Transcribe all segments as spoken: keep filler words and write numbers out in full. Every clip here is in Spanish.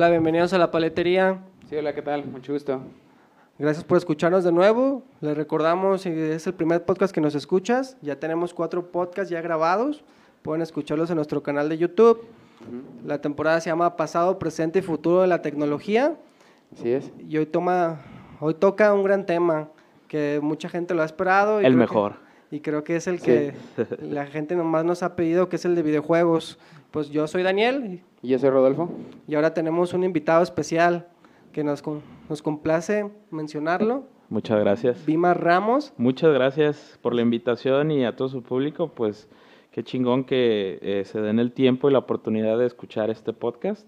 Hola, bienvenidos a La Paletería. Sí, hola, ¿qué tal? Mucho gusto. Gracias por escucharnos de nuevo. Les recordamos, si es el primer podcast que nos escuchas, ya tenemos cuatro podcasts ya grabados. Pueden escucharlos en nuestro canal de YouTube. Uh-huh. La temporada se llama Pasado, Presente y Futuro de la Tecnología. Así es. Y hoy, toma, hoy toca un gran tema que mucha gente lo ha esperado. Y el mejor. Que, y creo que es el sí. que la gente nomás nos ha pedido, que es el de videojuegos. Pues yo soy Daniel. Y yo soy Rodolfo. Y ahora tenemos un invitado especial que nos, nos complace mencionarlo. Muchas gracias. Vima Ramos. Muchas gracias por la invitación y a todo su público, pues qué chingón que eh, se den el tiempo y la oportunidad de escuchar este podcast.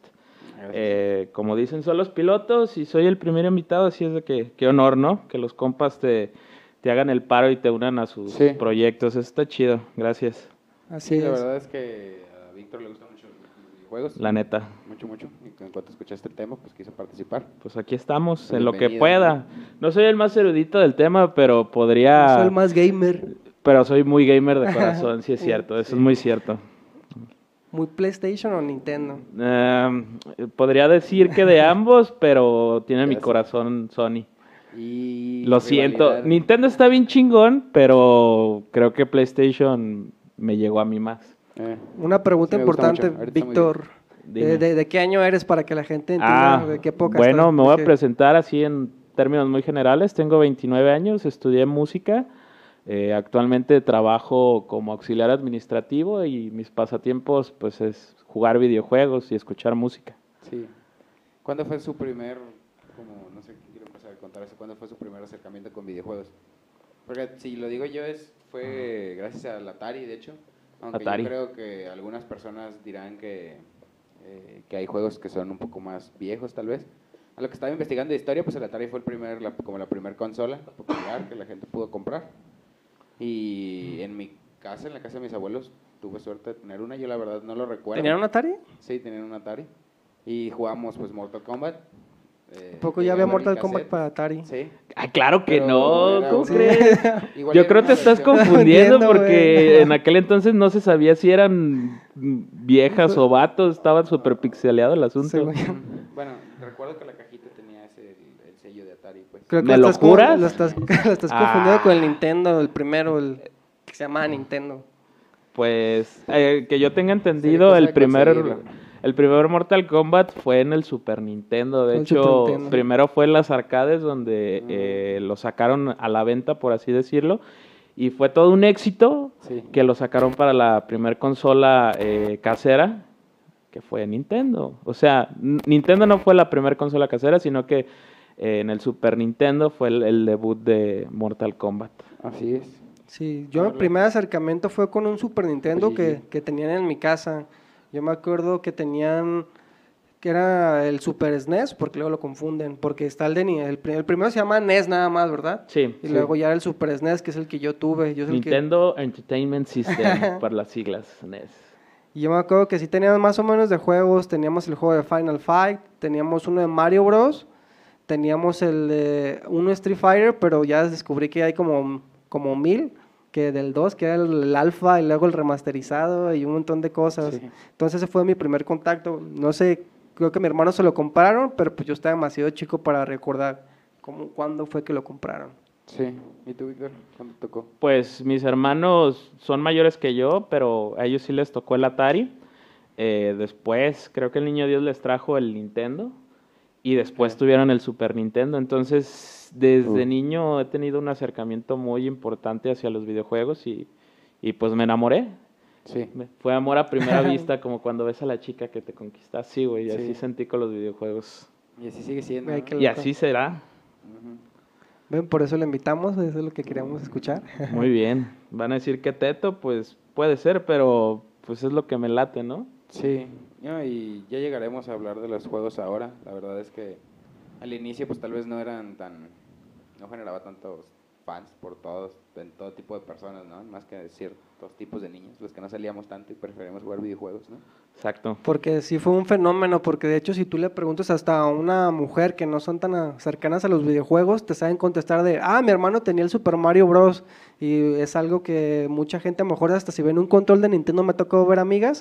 Eh, como dicen, son los pilotos y soy el primer invitado, así es de que qué honor, ¿no? Que los compas te, te hagan el paro y te unan a sus sí. proyectos, eso está chido, gracias. Así sí, es. La verdad es que a Víctor le gusta mucho juegos. La neta. Mucho, mucho. Y en cuanto escuchaste el tema, pues quiso participar. Pues aquí estamos, pues en lo que pueda. No soy el más erudito del tema, pero podría... Soy el más gamer. Pero soy muy gamer de corazón, sí es cierto, eso sí. es muy cierto. ¿Muy PlayStation o Nintendo? Uh, podría decir que de ambos, pero tiene mi corazón Sony. Y lo siento, Nintendo está bien chingón, pero creo que PlayStation me llegó a mí más. Eh, Una pregunta sí importante, Víctor. ¿De, de, ¿De qué año eres para que la gente entienda ah, de qué época Bueno, estás? me voy a presentar así en términos muy generales. Tengo veintinueve años, estudié música. Eh, actualmente trabajo como auxiliar administrativo y mis pasatiempos pues es jugar videojuegos y escuchar música. Sí. ¿Cuándo fue su primer, como no sé, quiero empezar a contar eso, cuándo fue su primer acercamiento con videojuegos? Porque si lo digo yo es fue gracias al Atari, de hecho. Aunque Atari. Yo creo que algunas personas dirán que, eh, que hay juegos que son un poco más viejos, tal vez. A lo que estaba investigando de historia, pues el Atari fue el primer, la, como la primera consola popular que la gente pudo comprar. Y en mi casa, en la casa de mis abuelos, tuve suerte de tener una. Yo la verdad no lo recuerdo. ¿Tenían un Atari? Sí, tenían un Atari. Y jugamos pues Mortal Kombat. Eh, ¿Poco ya había Mortal Kombat para Atari? Sí. Ah, claro que Pero no, ¿cómo sí. crees? Yo creo que te estás confundiendo no porque wey. En aquel entonces no se sabía si eran viejas o vatos, estaba súper pixeleado el asunto. Sí, bueno, recuerdo que la cajita tenía ese, el, el sello de Atari. Pues. Creo que ¿Me lo, lo juras? Lo estás, lo estás ah. confundiendo con el Nintendo, el primero, el que se llamaba Nintendo. Pues, eh, que yo tenga entendido, el primer... El primer Mortal Kombat fue en el Super Nintendo, de el hecho, Nintendo. Primero fue en las arcades donde uh-huh. eh, lo sacaron a la venta, por así decirlo, y fue todo un éxito sí. que lo sacaron para la primer consola eh, casera, que fue Nintendo. O sea, Nintendo no fue la primera consola casera, sino que eh, en el Super Nintendo fue el, el debut de Mortal Kombat. Así es. Sí, yo mi primer acercamiento fue con un Super Nintendo sí. que, que tenían en mi casa. Yo me acuerdo que tenían, que era el Super S N E S, porque luego lo confunden, porque está el de, el, el primero se llama N E S nada más, ¿verdad? Sí. Y sí. luego ya el Super S N E S, que es el que yo tuve. Yo Nintendo que... Entertainment System, para las siglas N E S. Y yo me acuerdo que sí teníamos más o menos de juegos, teníamos el juego de Final Fight, teníamos uno de Mario Bros, teníamos el de uno de Street Fighter, pero ya descubrí que hay como, como mil, que del dos, que era el, el alfa y luego el remasterizado y un montón de cosas. Sí. Entonces ese fue mi primer contacto. No sé, creo que mi hermano se lo compraron, pero pues yo estaba demasiado chico para recordar cómo, cuándo fue que lo compraron. Sí. ¿Y tú, Víctor? ¿Cuándo tocó? Pues mis hermanos son mayores que yo, pero a ellos sí les tocó el Atari. Eh, después creo que el Niño Dios les trajo el Nintendo y después sí. tuvieron el Super Nintendo. Entonces desde uh. niño he tenido un acercamiento muy importante hacia los videojuegos y, y pues me enamoré. Sí. Fue amor a primera vista, como cuando ves a la chica que te conquista. Sí, güey, y sí. así sentí con los videojuegos. Y así sigue siendo. ¿no? Y así será. Uh-huh. Ven, por eso le invitamos, eso es lo que queríamos escuchar. Muy bien. Van a decir que teto, pues puede ser, pero pues es lo que me late, ¿no? Sí. No, y ya llegaremos a hablar de los juegos ahora. La verdad es que al inicio pues tal vez no eran tan, no generaba tantos fans por todos, en todo tipo de personas, ¿no? Más que ciertos tipos de niños, los que no salíamos tanto y preferimos jugar videojuegos, ¿no? Exacto. Porque sí fue un fenómeno, porque de hecho si tú le preguntas hasta a una mujer que no son tan cercanas a los videojuegos, te saben contestar de, ah, mi hermano tenía el Super Mario Bros. Y es algo que mucha gente, a lo mejor hasta si ven un control de Nintendo, me tocó ver amigas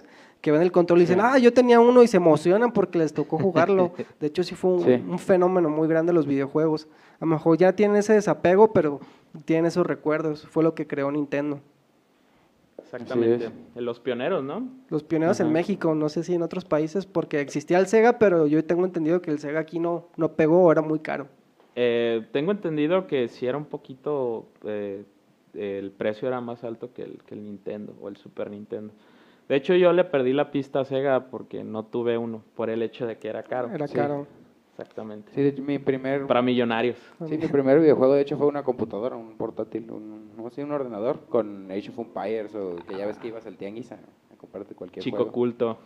que ven el control y dicen, sí. ah, yo tenía uno y se emocionan porque les tocó jugarlo. De hecho, sí fue un, sí. un fenómeno muy grande los videojuegos. A lo mejor ya tienen ese desapego, pero tienen esos recuerdos. Fue lo que creó Nintendo. Exactamente. Los pioneros, ¿no? Los pioneros Ajá. en México, no sé si en otros países, porque existía el Sega, pero yo tengo entendido que el Sega aquí no, no pegó, era muy caro. Eh, tengo entendido que sí era un poquito, eh, el precio era más alto que el, que el Nintendo o el Super Nintendo. De hecho, yo le perdí la pista a Sega porque no tuve uno, por el hecho de que era caro. Era sí. caro. Exactamente. Sí, de hecho, mi primer... Para millonarios. Sí, mi primer videojuego, de hecho, fue una computadora, un portátil, un, no sé, un ordenador con Age of Empires, o que ya ves que ibas al tianguis a, a comprarte cualquier Chico juego. culto.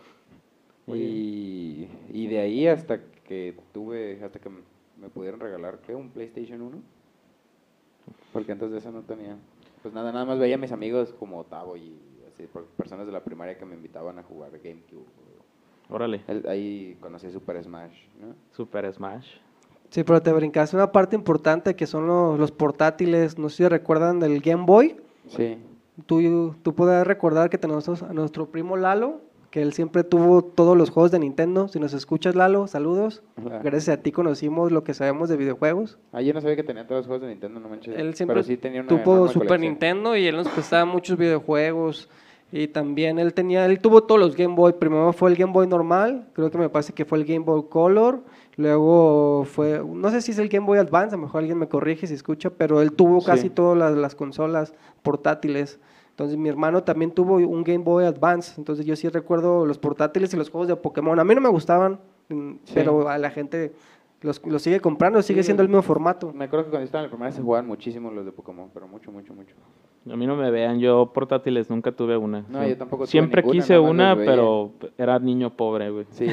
Y, y de ahí hasta que tuve, hasta que me pudieron regalar, ¿qué? ¿Un PlayStation uno? Porque antes de eso no tenía. Pues nada, nada más veía a mis amigos como Tavo y así, personas de la primaria que me invitaban a jugar GameCube. Órale. Ahí conocí Super Smash, ¿no? Super Smash. Sí, pero te brincaste una parte importante que son los, los portátiles. No sé si recuerdan del Game Boy. Sí. Tú, tú podrás recordar que tenemos a nuestro primo Lalo, que él siempre tuvo todos los juegos de Nintendo. Si nos escuchas, Lalo, saludos. Hola. Gracias a ti conocimos lo que sabemos de videojuegos. Ah, yo no sabía que tenía todos los juegos de Nintendo, no manches. Él siempre pero sí tenía una tuvo Super colección. Nintendo y él nos prestaba muchos videojuegos. Y también él tenía, él tuvo todos los Game Boy. Primero fue el Game Boy normal, creo que me parece que fue el Game Boy Color. Luego fue, no sé si es el Game Boy Advance, a lo mejor alguien me corrige si escucha, pero él tuvo casi sí. todas las, las consolas portátiles. Entonces mi hermano también tuvo un Game Boy Advance, entonces yo sí recuerdo los portátiles y los juegos de Pokémon. A mí no me gustaban, sí. pero a la gente los, los sigue comprando, sigue sí, siendo el mismo formato. Me acuerdo que cuando estaba en el primaria se jugaban muchísimo los de Pokémon, pero mucho, mucho, mucho. A mí no me vean, yo portátiles nunca tuve una. No, yo tampoco tuve Siempre ninguna, quise una, pero era niño pobre, güey. Sí.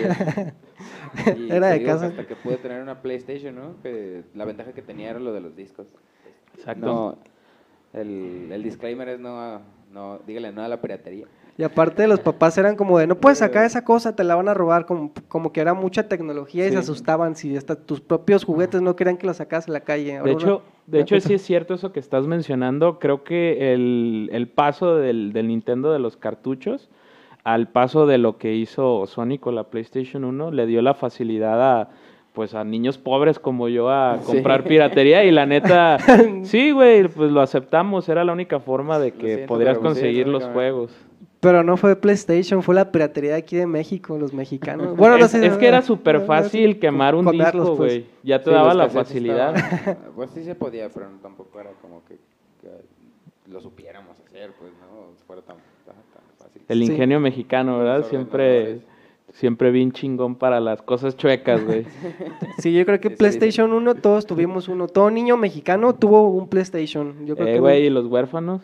Y era de digo, casa. Hasta que pude tener una PlayStation, ¿no? Que la ventaja que tenía era lo de los discos. Exacto. No, el, el disclaimer es no, no, dígale no a la piratería. Y aparte los papás eran como de, no puedes sacar esa cosa, te la van a robar, como, como que era mucha tecnología y sí. se asustaban si hasta tus propios juguetes no querían que los sacas a la calle. Ahora de hecho, una, de hecho sí es cierto eso que estás mencionando. Creo que el, el paso del, del Nintendo de los cartuchos al paso de lo que hizo Sony con la PlayStation uno le dio la facilidad a pues a niños pobres como yo a comprar sí. piratería y la neta, sí güey, pues lo aceptamos, era la única forma de que siento, podrías conseguir sí, los juegos. Pero no fue PlayStation, fue la piratería de aquí de México, los mexicanos. Bueno, es, no sé, es que era súper fácil quemar un disco, güey. Pues. Ya te sí, daba la facilidad. Estaban, pues sí se podía, pero tampoco era como que, que lo supiéramos hacer, pues no fuera tan, tan, tan fácil. El ingenio sí. mexicano, ¿verdad? Siempre, siempre bien chingón para las cosas chuecas, güey. Sí, yo creo que PlayStation uno, todos tuvimos uno. Todo niño mexicano tuvo un PlayStation. Yo creo eh, que güey, ¿y los huérfanos?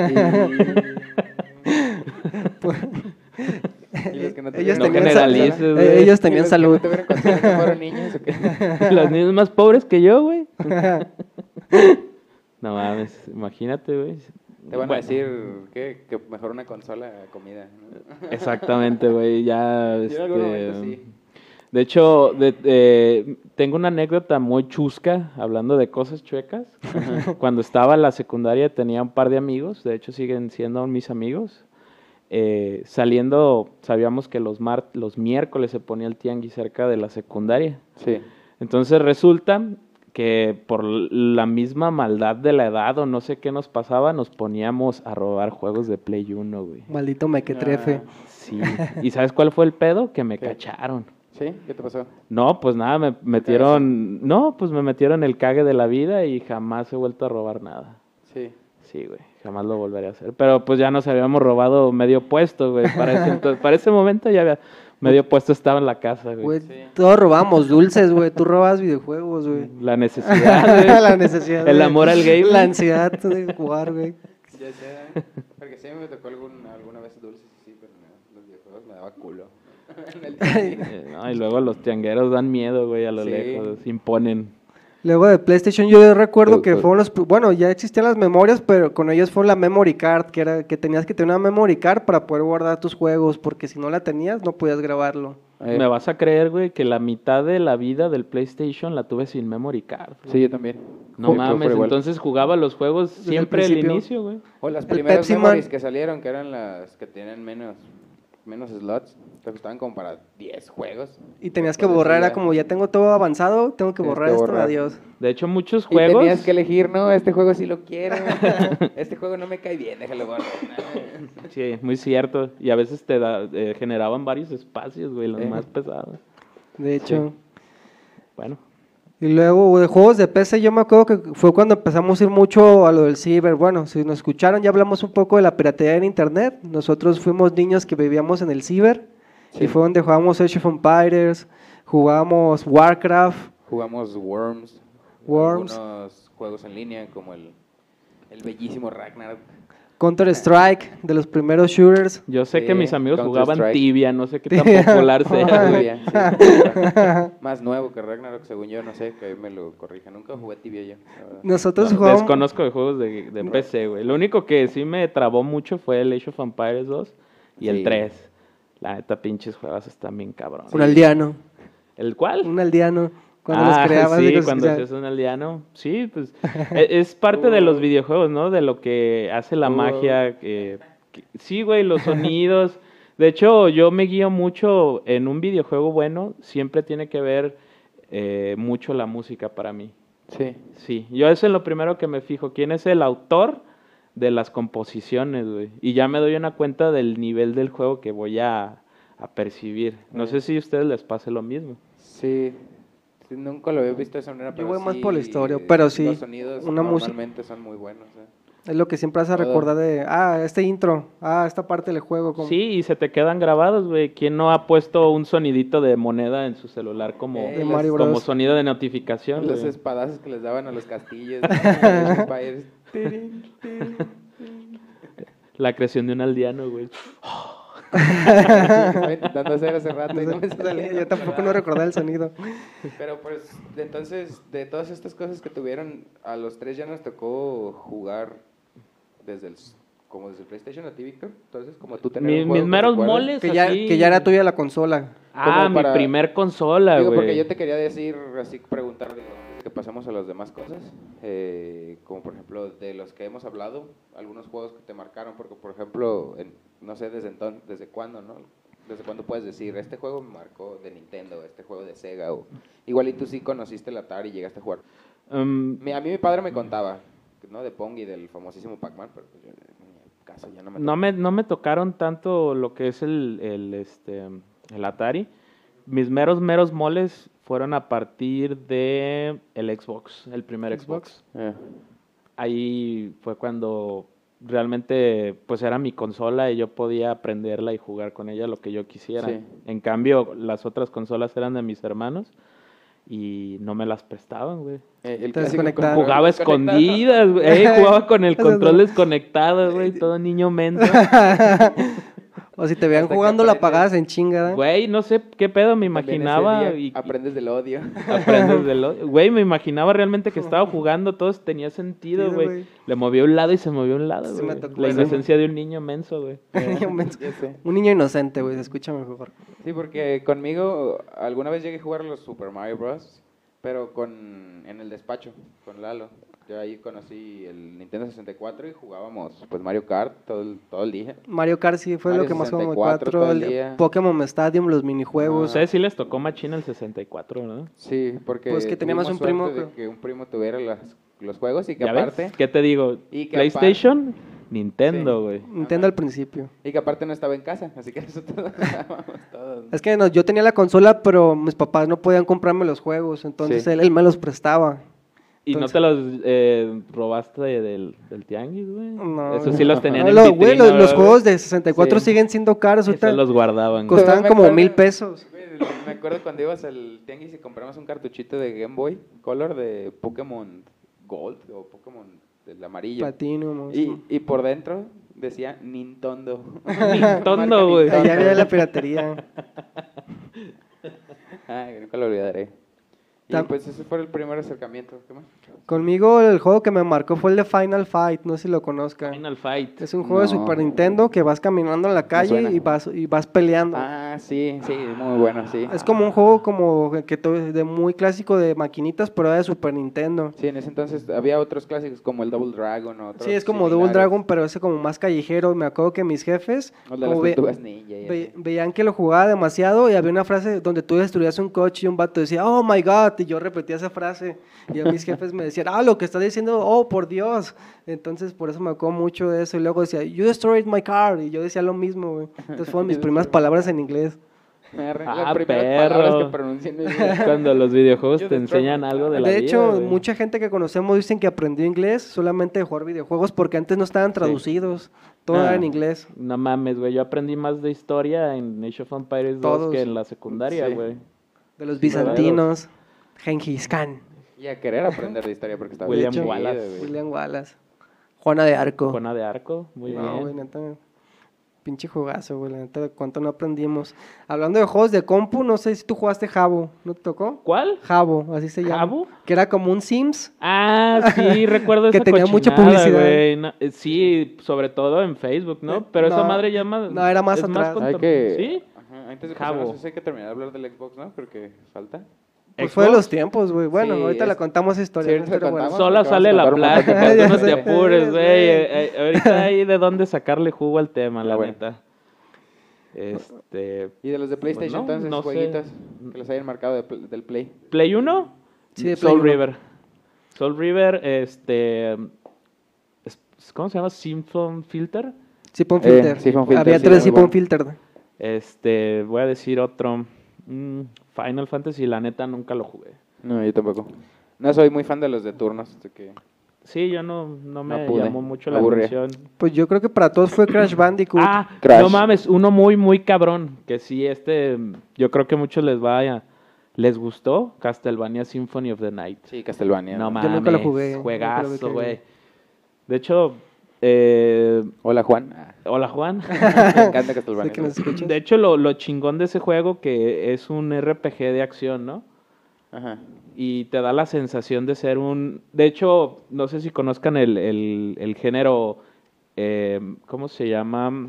Y los que no ellos, no tenían generalices, salud. ellos tenían salud. Que no que fueron niños, ¿o qué? Los niños más pobres que yo, güey. No mames, imagínate, güey. Te van bueno. a decir que, que mejor una consola a comida, ¿no? Exactamente, güey, ya... Yo este, en algún momento sí. De hecho, de, de, tengo una anécdota muy chusca, hablando de cosas chuecas. Cuando estaba en la secundaria tenía un par de amigos, de hecho siguen siendo mis amigos. Eh, saliendo, sabíamos que los, mar, los miércoles se ponía el tianguis cerca de la secundaria. Sí. Entonces resulta que por la misma maldad de la edad o no sé qué nos pasaba, nos poníamos a robar juegos de Play uno, güey. Maldito mequetrefe. Ah. Sí. ¿Y sabes cuál fue el pedo? Que me ¿Qué? cacharon. ¿Sí? ¿Qué te pasó? No, pues nada, me metieron... No, pues me metieron el cague de la vida y jamás he vuelto a robar nada. Sí. Sí, güey, jamás lo volveré a hacer. Pero pues ya nos habíamos robado medio puesto, güey. Para ese, entonces, para ese momento ya había... Medio puesto estaba en la casa, güey. Sí. Todos robamos dulces, güey. Tú robas videojuegos, güey. La necesidad, güey. La necesidad. El amor al game. La ansiedad de jugar, güey. Ya sé. Porque sí me tocó algún, alguna vez dulces, sí, pero no, los videojuegos me daba culo. eh, no, y luego los tiangueros dan miedo, güey, a lo sí. lejos. Imponen. Luego de PlayStation yo recuerdo uh, que uh. fueron los... Bueno, ya existían las memorias, pero con ellos fue la memory card, que era que tenías que tener una memory card para poder guardar tus juegos, porque si no la tenías no podías grabarlo. Eh. Me vas a creer, güey, que la mitad de la vida del PlayStation la tuve sin memory card. Sí, yo también. No sí, mames, entonces jugaba los juegos siempre al inicio, güey. O las primeras memories que salieron, que eran las que tenían menos... menos slots, te gustaban como para diez juegos. Y tenías que borrar, era como, ya tengo todo avanzado, tengo que borrar que esto, borrar. Adiós. De hecho, muchos juegos... Y tenías que elegir, no, este juego sí lo quiero, este juego no me cae bien, déjalo borrar. Sí, muy cierto. Y a veces te da, eh, generaban varios espacios, güey, los eh. más pesados. De hecho. Sí. Bueno. Y luego de juegos de P C, yo me acuerdo que fue cuando empezamos a ir mucho a lo del ciber. Bueno, si nos escucharon, ya hablamos un poco de la piratería en internet. Nosotros fuimos niños que vivíamos en el ciber. Sí. Y fue donde jugábamos Age of Empires, jugábamos Warcraft. Jugamos Worms. Worms. Algunos juegos en línea como el, el bellísimo Ragnarok. Counter Strike, de los primeros shooters. Yo sé sí, que mis amigos jugaban Tibia, no sé qué tan popular sea. Tibia, sí. Más nuevo que Ragnarok, según yo, no sé, que me lo corrija. Nunca jugué Tibia yo. Nosotros no, jugamos... Desconozco de juegos de, de P C, güey. Lo único que sí me trabó mucho fue el Age of Empires dos y sí. el tres. La neta, pinches juegos están bien cabrones. Un aldeano. ¿El cuál? Un aldeano. Cuando ah, los creabas. Sí, cuando haces un aldeano. Sí, pues es parte uh, de los videojuegos, ¿no? De lo que hace la uh, magia. Eh, que, sí, güey, los sonidos. De hecho, yo me guío mucho en un videojuego bueno. Siempre tiene que ver eh, mucho la música para mí. Sí. Sí, yo eso es lo primero que me fijo. ¿Quién es el autor de las composiciones, güey? Y ya me doy una cuenta del nivel del juego que voy a, a percibir. No sé si a ustedes les pase lo mismo. Sí. Nunca lo había visto de esa manera, pero yo voy sí, más por la historia, pero sí, los sonidos una normalmente música, son muy buenos. ¿eh? Es lo que siempre hace recordar de, ah, este intro, ah, esta parte del juego. Como... Sí, y se te quedan grabados, güey. ¿Quién no ha puesto un sonidito de moneda en su celular como, eh, los, como sonido de notificación? Los güey. espadazos que les daban a los castillos. La creación de un aldeano, güey. Estaba intentando hacer hace rato y no me salía. Yo tampoco no recordaba el sonido. Pero pues, de entonces, de todas estas cosas que tuvieron, a los tres ya nos tocó jugar desde el, como desde el PlayStation a ti, Víctor. Entonces, como tú tenías Mi, un juego, mis meros moles que ya, así. que ya era tuya la consola. Ah, para, mi primer consola, güey. Digo, porque yo te quería decir, así, preguntar, digo, que pasamos a las demás cosas, eh, como por ejemplo, de los que hemos hablado, algunos juegos que te marcaron, porque por ejemplo, en, no sé desde entonces, desde cuándo, ¿no? Desde cuándo puedes decir, este juego me marcó de Nintendo, este juego de Sega, o igual y tú sí conociste el Atari y llegaste a jugar. Um, a mí mi padre me contaba, ¿no? De Pong y del famosísimo Pac-Man, pero pues yo, en mi caso ya no me no me, no me tocaron tanto lo que es el, el, este, el Atari. Mis meros, meros moles fueron a partir de el Xbox, el primer Xbox. Xbox. Yeah. Ahí fue cuando realmente pues era mi consola y yo podía aprenderla y jugar con ella lo que yo quisiera. Sí. En cambio, las otras consolas eran de mis hermanos y no me las prestaban, güey. Eh, el clásico jugaba escondidas, güey. Eh, jugaba con el control desconectado, güey, todo niño menso. O si te veían jugando la apagabas en chingada. Güey, no sé qué pedo, me imaginaba. Y, aprendes del odio. Aprendes del odio. Güey, me imaginaba realmente que estaba jugando, todo tenía sentido, güey. Sí, Le movió un lado y se movió un lado, güey. La inocencia de un niño menso, güey. Un niño inocente, güey, se escucha mejor. Sí, porque conmigo alguna vez llegué a jugar los Super Mario Bros., pero con en el despacho, con Lalo. Yo ahí conocí el Nintendo sesenta y cuatro y jugábamos pues Mario Kart todo el, todo el día. Mario Kart sí fue Mario lo que más jugamos. cuatro, el el Pokémon Stadium, los minijuegos. A ustedes sí les tocó machín el sesenta y cuatro, ¿no? Sí, porque pues que teníamos un primo de que un primo tuviera las, los juegos y que ¿Ya aparte... ves? ¿Qué te digo? Y que PlayStation, aparte, Nintendo, güey. Sí. Nintendo al principio. Y que aparte no estaba en casa, así que nosotros estábamos todos. Es que no, yo tenía la consola, pero mis papás no podían comprarme los juegos, entonces sí. él, él me los prestaba. ¿Y Entonces, no te los eh, robaste del, del tianguis, güey? No. Eso sí los tenían no, en lo, vitrina, güey, los, los juegos de sesenta y cuatro sí. siguen siendo caros. Esos los guardaban. Costaban como acuerdo, mil pesos. Güey, me acuerdo cuando ibas al tianguis y compramos un cartuchito de Game Boy Color de Pokémon Gold o Pokémon del amarillo. Platino. Y, y por dentro decía Nintendo. Nintendo, güey. Allá había la piratería. Ay, nunca lo olvidaré. Y pues ese fue el primer acercamiento. ¿Qué más? Conmigo el juego que me marcó fue el de Final Fight, no sé si lo conozcan. Final Fight. Es un juego No. de Super Nintendo que vas caminando en la calle suena. y vas, y vas peleando. Ah, sí, sí, muy bueno, sí. Es como un juego como que to- de muy clásico de maquinitas, pero de Super Nintendo. Sí, en ese entonces había otros clásicos como el Double Dragon o otros Sí, es como Double similares. Dragon, pero ese como más callejero. Me acuerdo que mis jefes O el de las como ve- tortugas ninja y ve- así. veían que lo jugaba demasiado y había una frase donde tú destruías un coche y un vato decía, oh my god, y yo repetía esa frase. Y a mis jefes me decían, ah, lo que estás diciendo, oh, por Dios. Entonces, por eso me acuerdo mucho de eso. Y luego decía, you destroyed my car. Y yo decía lo mismo, güey. Entonces, fueron mis primeras palabras en inglés. Las Ah, primeras perro. palabras que pronuncié en mi vida. Cuando los videojuegos Yo te de enseñan pronto- algo de la De vida, hecho, güey. mucha gente que conocemos dicen que aprendió inglés solamente de jugar videojuegos porque antes no estaban traducidos. Todo Ah. era en inglés. No mames, güey. Yo aprendí más de historia en Age of Empires dos Todos. que en la secundaria, Sí. güey. De los Sí, bizantinos, Gengis Khan, Y a querer aprender de historia porque estaba William bien chido, Wallace. güey. William Wallace, Juana de Arco. Juana de Arco, muy No, güey, bien. neta, pinche jugazo, güey, la neta, cuánto no aprendimos. Hablando de juegos de compu, no sé si tú jugaste Habbo, ¿no te tocó? ¿Cuál? Habbo, así se llama. ¿Habbo? Que era como un Sims. Ah, sí, recuerdo Que esa tenía mucha cochinada, publicidad. güey. No, eh, sí, sobre todo en Facebook, ¿no? Eh, Pero esa no, madre llama... no, era más es atrás. con- Hay que... ¿Sí? Ajá, antes de Cabo. pasar, no sé, hay que terminar de hablar del Xbox, ¿no? Porque falta. Pues fue de Xbox. los tiempos, güey. Bueno, Sí, ahorita es- la contamos esa historia. sí, ¿no? ahorita la Pero bueno. contamos. Sola porque sale vamos a la contar un montón de plática, cosas. tú no te Ya sé. apures, güey. Güey. Eh, eh, Ahorita hay de dónde sacarle jugo al tema, la Ah, bueno. neta. Este... Y de los de PlayStation, Pues no, entonces, no sé. jueguitos que les hayan marcado de pl- del Play. ¿Play uno? Sí, de Play Soul uno. River. Soul River, este... es- ¿Cómo se llama? Siphon Filter. Siphon Eh, Filter. Siphon Filter, Había sí, tres muy Siphon bueno. Filter. Este, voy a decir otro. Mm, Final Fantasy, la neta, nunca lo jugué. No, yo tampoco. No soy muy fan de los de turnos. Así que... Sí, yo no, no me No pude, llamó mucho me la aburría. atención. Pues yo creo que para todos fue Crash Bandicoot. Ah, Crash. no mames, uno muy, muy cabrón. Que sí, este, yo creo que muchos les vaya, les gustó. Castlevania Symphony of the Night. Sí, Castlevania. No Yo mames, nunca lo jugué, nunca lo juegazo, vi. güey. De hecho, eh, Hola, Juan. Ah, hola Juan. me encanta Sé Castlevania. que nos escuchas. De hecho, lo, lo chingón de ese juego que es un R P G de acción, ¿no? Ajá. Y te da la sensación de ser un... De hecho, no sé si conozcan el, el, el género, eh, ¿cómo se llama?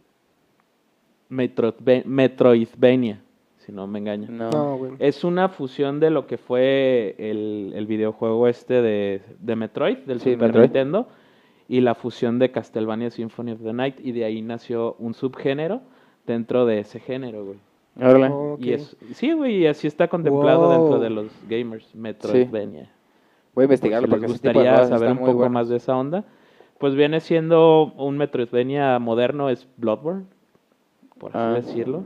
Metroidva- Metroidvania, si no me engaño. No. No, güey. Es una fusión de lo que fue el, el videojuego este de, de Metroid, del Sí, Super Metroid. Nintendo, y la fusión de Castlevania Symphony of the Night, y de ahí nació un subgénero dentro de ese género, güey. Órale. Oh, ok. Y es, sí, güey, y así está contemplado Wow. dentro de los gamers, Metroidvania. Voy a investigarlo Por porque si les ese tipo de gustaría juegos saber están un muy poco buenos. más de esa onda, pues viene siendo un Metroidvania moderno, es Bloodborne, por así Ah. decirlo.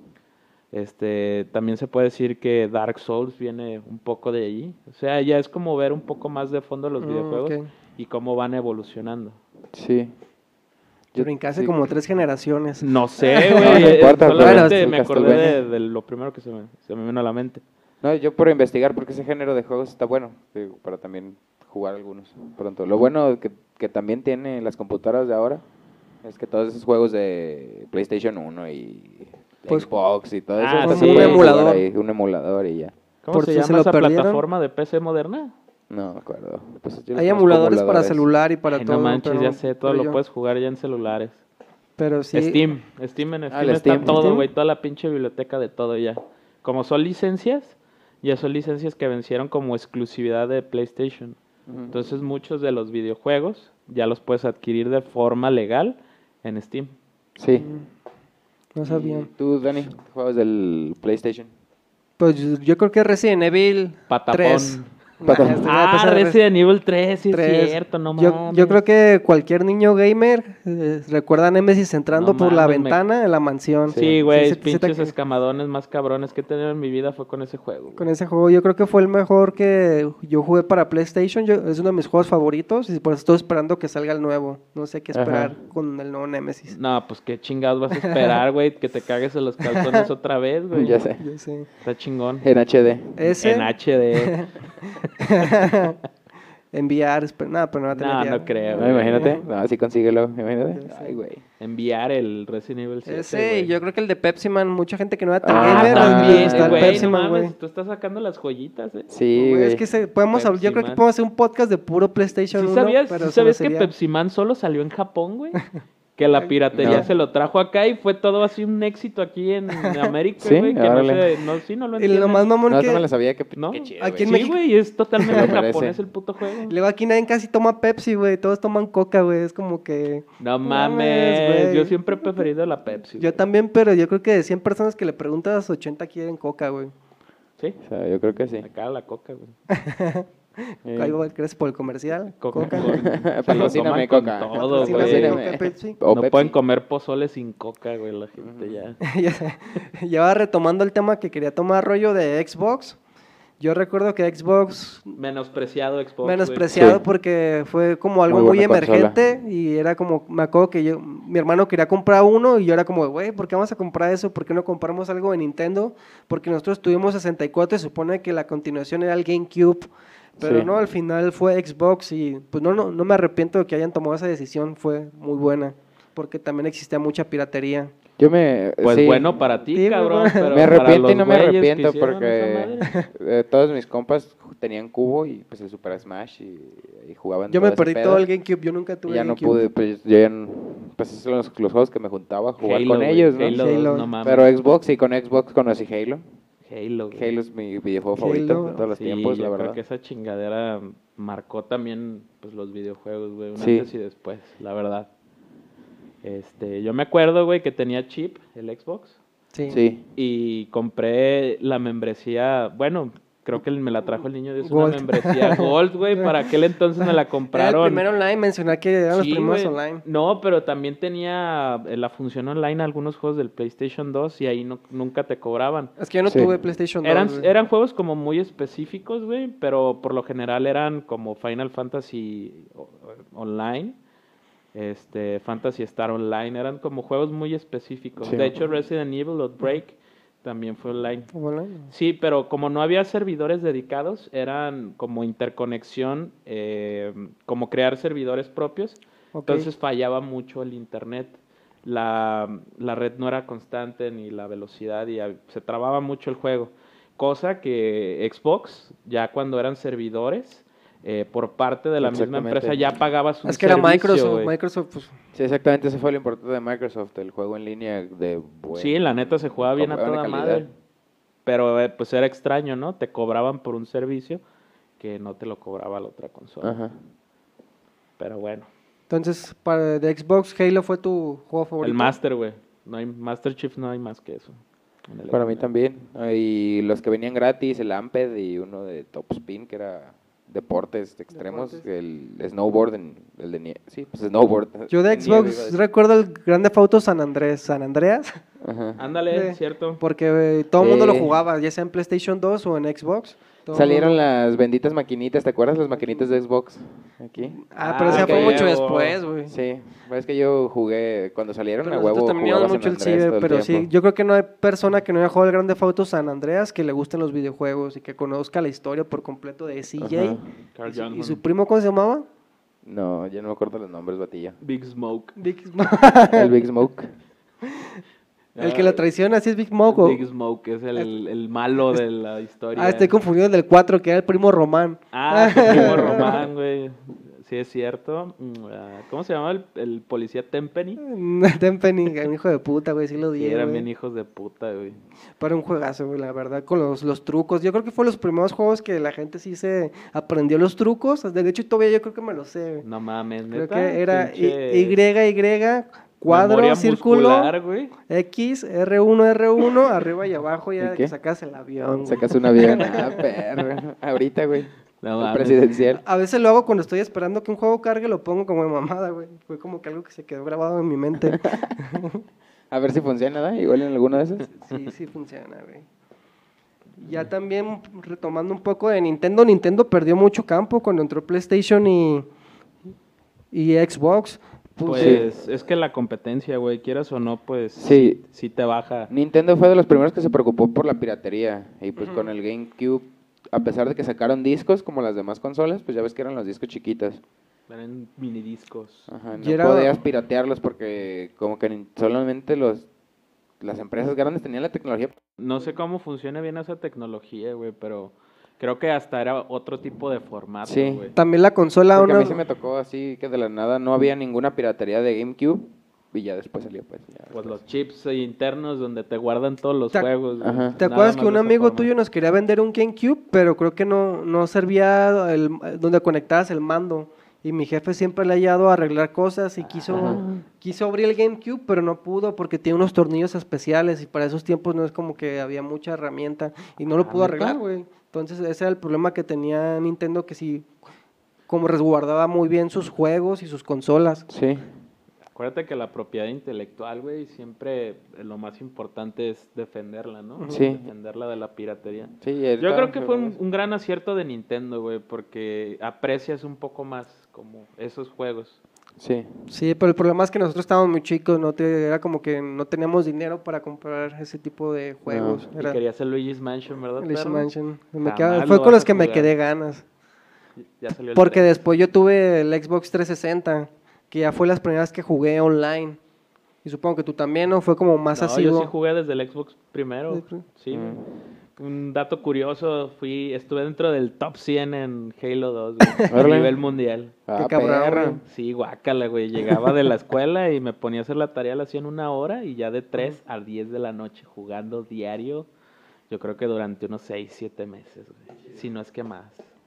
Este, también se puede decir que Dark Souls viene un poco de allí. O sea, ya es como ver un poco más de fondo los Mm, videojuegos ok. y cómo van evolucionando. Sí. Yo brincaste sí. como tres generaciones. No sé, No, güey. no eh, importa, pero solamente el me acordé Castlevania. de, de lo primero que se me, se me vino a la mente. No, yo por investigar porque ese género de juegos está bueno, digo, para también jugar algunos pronto. Lo bueno que, que también tiene las computadoras de ahora es que todos esos juegos de PlayStation uno y Pues- Xbox y todo eso, Ah, hasta sí. se Un puede jugar emulador. ahí, un emulador y ya. ¿Cómo Por se si se llama lo esa perdieron. plataforma de P C moderna? No me acuerdo. Pues yo los Hay conozco emuladores para emuladores. celular y para Ay, todo. no manches, pero- ya sé, todo pero lo yo- puedes jugar ya en celulares. Pero sí. Steam, Steam en Ah, Steam el está Steam. todo, Steam. güey, toda la pinche biblioteca de todo ya. Como son licencias, ya son licencias que vencieron como exclusividad de PlayStation. Ujú. Entonces muchos de los videojuegos ya los puedes adquirir de forma legal en Steam. Sí. No sabía. ¿Y tú, Dani, juegos del PlayStation? Pues yo- yo creo que Resident Evil Patapón. tres. Patapón. Nah, estoy Ah, empezando a res- Resident Evil tres, sí tres. es cierto, no yo, mames. yo creo que cualquier niño gamer eh, recuerda a Nemesis entrando No por la mames, me- ventana en la mansión. Sí, güey, Sí, sí, sí, pinches te- escamadones más cabrones que he tenido en mi vida fue con ese juego. güey. Con ese juego yo creo que fue el mejor que yo jugué para PlayStation. Yo- es uno de mis juegos favoritos y por eso estoy esperando que salga el nuevo. No sé qué Ajá. esperar con el nuevo Nemesis. No, pues qué chingados vas a esperar, güey, que te cagues en los calzones otra vez, güey. Ya sé. Yo sé. Está chingón. En H D. Ese, En H D. enviar, esp- nada, pero no va a tener No, ya. no creo. No, imagínate. No, así consíguelo. Imagínate. Ya sé. Ay, güey. Enviar el Resident Evil siete, Ese, y güey. yo creo que el de Pepsi Man, mucha gente que no era tan Ah, gamer, también, está el güey, Pepsi no Man, güey. mames, tú estás sacando las joyitas, eh. Sí, Güey, güey. es que se, podemos, hablar- yo Pepsi creo que Man. podemos hacer un podcast de puro PlayStation ¿Sí uno, sabías, pero sí se lo sabías que sería- Pepsi Man solo salió en Japón, güey? Que la piratería No. se lo trajo acá y fue todo así un éxito aquí en América, Sí, güey. Que no órale. sé, no, sí, no lo Y entienden. lo más mamón No, que... no me lo sabía. Que, ¿No? qué chido, Aquí en güey. Sí, México- güey, es totalmente Se lo merece. japonés el puto juego. Luego aquí nadie casi toma Pepsi, güey. Todos toman Coca, güey. Es como que... No mames, mames, güey. yo siempre he preferido la Pepsi. Yo también, pero yo creo que de cien personas que le preguntas, ochenta quieren Coca, güey. Sí, O sea, yo creo que sí. acá la coca, güey. Eh, Ahí va, gracias por el comercial. Coca, Coca. con- se lo Patrocíname, toman Coca. con todo, Patrocíname, güey. Coca, Pepsi. O No Pepsi. pueden comer pozole sin coca, güey, la gente ya. ya, ya va retomando el tema que quería tomar rollo de Xbox. Yo recuerdo que Xbox Menospreciado Xbox, güey. menospreciado Sí. porque fue como algo Muy muy, buena emergente y era como, me acuerdo que yo, mi hermano quería comprar uno y yo era como, güey, ¿por qué vamos a comprar eso? ¿Por qué no compramos algo de Nintendo? Porque nosotros tuvimos sesenta y cuatro y se supone que la continuación era el GameCube, pero Sí. no, al final fue Xbox y pues no, no, no me arrepiento de que hayan tomado esa decisión, fue muy buena, porque también existía mucha piratería. Yo me... Pues sí. bueno para ti, Sí, cabrón. güey. Pero Me para arrepiento y los no me güeyes que arrepiento hicieron porque esa madre. eh, todos mis compas tenían cubo y pues el Super Smash y, y jugaban Yo todo me ese perdí pedo. todo el GameCube, yo nunca Y tuve ya no GameCube. pude, pues yo ya no- pues esos son los, los juegos que me juntaba a jugar Halo, con güey, ellos, ¿no? Halo, dos, Halo. no mames. Pero Xbox, y con Xbox conocí Halo. Halo, güey. Halo es mi videojuego Halo. favorito de todos los Sí, tiempos, yo la creo verdad. que esa chingadera marcó también pues los videojuegos, güey, un Sí. antes y después, la verdad. Este, yo me acuerdo, güey, que tenía chip el Xbox Sí. Sí. y compré la membresía, bueno, creo que me la trajo el niño Dios, Gold. una membresía Gold, güey, para aquel entonces me la Era el compraron. primero online, mencionar que eran los Sí, primeros güey. online. No, pero también tenía eh, la función online algunos juegos del PlayStation dos y ahí no, nunca te cobraban. Es que yo no Sí. tuve PlayStation dos. Eran, güey. eran juegos como muy específicos, güey, pero por lo general eran como Final Fantasy o- Online, este, Fantasy Star Online, eran como juegos muy específicos. Sí. De hecho, Resident Evil Outbreak también fue online. Online. Sí, pero como no había servidores dedicados, eran como interconexión, eh, como crear servidores propios, Ok. entonces fallaba mucho el internet. La, la red no era constante ni la velocidad y a- se trababa mucho el juego. Cosa que Xbox, ya cuando eran servidores, eh, por parte de la misma Exactamente. empresa, ya pagabas un Es que era servicio, Microsoft. güey. Microsoft, pues, Sí, exactamente, ese fue lo importante de Microsoft, el juego en línea de buen- Sí, la neta se jugaba bien a con buena toda calidad. madre. Pero eh, pues era extraño, ¿no? Te cobraban por un servicio que no te lo cobraba la otra consola. Ajá. Pero bueno, entonces, para de Xbox, Halo fue tu juego favorito. el Master, güey. No hay Master Chief, no hay más que eso. en el Para mí Xbox. también. Y los que venían gratis, el Amped y uno de Top Spin, que era deportes extremos, Deportes. el snowboard, en, el de nie- sí, pues snowboard. Yo de en nieve, iba a Xbox decir. recuerdo el Grande Auto San Andrés. San Andreas. Ajá. Ándale, Sí. cierto. Porque eh, todo el mundo lo Sí. jugaba, ya sea en PlayStation dos o en Xbox. Todo el Salieron mundo- las benditas maquinitas, ¿te acuerdas las maquinitas de Xbox? Aquí. Ah, pero Ah, ese fue ok. mucho huevo. después, güey. Sí, pues es que yo jugué, cuando salieron Pero a huevo, nosotros también jugaba íbamos San mucho el Andrés ciber, todo el pero sí, tiempo. yo creo que no hay persona que no haya jugado el Grande Auto San Andreas que le gusten los videojuegos y que conozca la historia por completo de C J. Ajá. Carl Y su, y Johnson. su primo, ¿cómo se llamaba? No, ya no me acuerdo los nombres, batillo. Big Smoke. Big El Big Smoke. El que lo traiciona, ¿sí es Big Smoke? o- Big Smoke es el, el malo de la historia. Ah, estoy confundido del cuatro, que era el primo Román. Ah, su primo Román, güey. Sí, es cierto. Mm, ah, ¿Cómo se llamaba el, el policía Tenpenny? Tenpenny, un hijo de puta, güey, sí lo Sí, di, eran güey. bien hijos de puta, güey. Pero un juegazo, güey, la verdad, con los, los trucos. Yo creo que fue los primeros juegos que la gente sí se aprendió los trucos. De hecho, todavía yo creo que me lo sé, güey. No mames, Creo neta. que era Y, Pinche Y, cuadro, memoria círculo, muscular, güey. X, R uno, R uno, arriba y abajo ¿Y ya qué? que sacas el avión. güey. Sacas un avión. Ah, perro. Ahorita, güey. No El mames. presidencial. A veces lo hago cuando estoy esperando que un juego cargue, lo pongo como de mamada, güey. Fue como que algo que se quedó grabado en mi mente. A ver si funciona, ¿no? Igual en alguno de esos. Sí, sí funciona, güey. Ya también retomando un poco de Nintendo, Nintendo perdió mucho campo cuando entró PlayStation y, y Xbox. Pues es que la competencia, güey, quieras o no, pues Sí. sí te baja. Nintendo fue de los primeros que se preocupó por la piratería. Y pues con el GameCube a pesar de que sacaron discos como las demás consolas, pues ya ves que eran los discos chiquitos. Eran minidiscos. Ajá, no Y era- podías piratearlos porque como que ni- solamente los las empresas grandes tenían la tecnología. No sé cómo funciona bien esa tecnología, güey, pero creo que hasta era otro tipo de formato, Sí. güey. También la consola... Porque a una- mí se me tocó así que de la nada no había ninguna piratería de GameCube y ya después salió pues. Ya Pues después. los chips internos donde te guardan todos los Te- juegos. güey. Ajá. ¿Te Nada acuerdas más que un de esa amigo forma. tuyo nos quería vender un GameCube, pero creo que no, no servía el, donde conectabas el mando? Y mi jefe siempre le ha ayudado a arreglar cosas y quiso, Ajá. quiso abrir el GameCube, pero no pudo porque tiene unos tornillos especiales y para esos tiempos no es como que había mucha herramienta y no lo Ah, pudo ¿neta? arreglar, güey. Entonces ese era el problema que tenía Nintendo, que sí, como resguardaba muy bien sus juegos y sus consolas. Sí. Acuérdate que la propiedad intelectual, güey, siempre eh, lo más importante es defenderla, ¿no? Sí. Defenderla de la piratería. Sí, Yo ahorita- creo que fue un, un gran acierto de Nintendo, güey, porque aprecias un poco más como esos juegos. Sí. Sí, pero el problema es que nosotros estábamos muy chicos, no te, era como que no teníamos dinero para comprar ese tipo de juegos. Y Era querías el Luigi's Mansion, ¿verdad, Luigi's perro? Mansion. Me Jamás quedaba- lo fue con vas los a que me jugar. quedé ganas. Ya salió el Porque tres. después yo tuve el Xbox trescientos sesenta, que ya fue las primeras que jugué online. Y supongo que tú también, ¿no? Fue como más No, así. yo sí jugué desde el Xbox primero. Sí, sí. Sí, güey. Mm. Un dato curioso, fui, estuve dentro del top cien en Halo dos, güey, a Órale. nivel mundial. Ah, cabrón, perro. güey. Sí, guácala, güey. Llegaba de la escuela y me ponía a hacer la tarea, la hacía en una hora y ya de tres a diez de la noche jugando diario. Yo creo que durante unos seis, siete meses, güey. Si no es que más.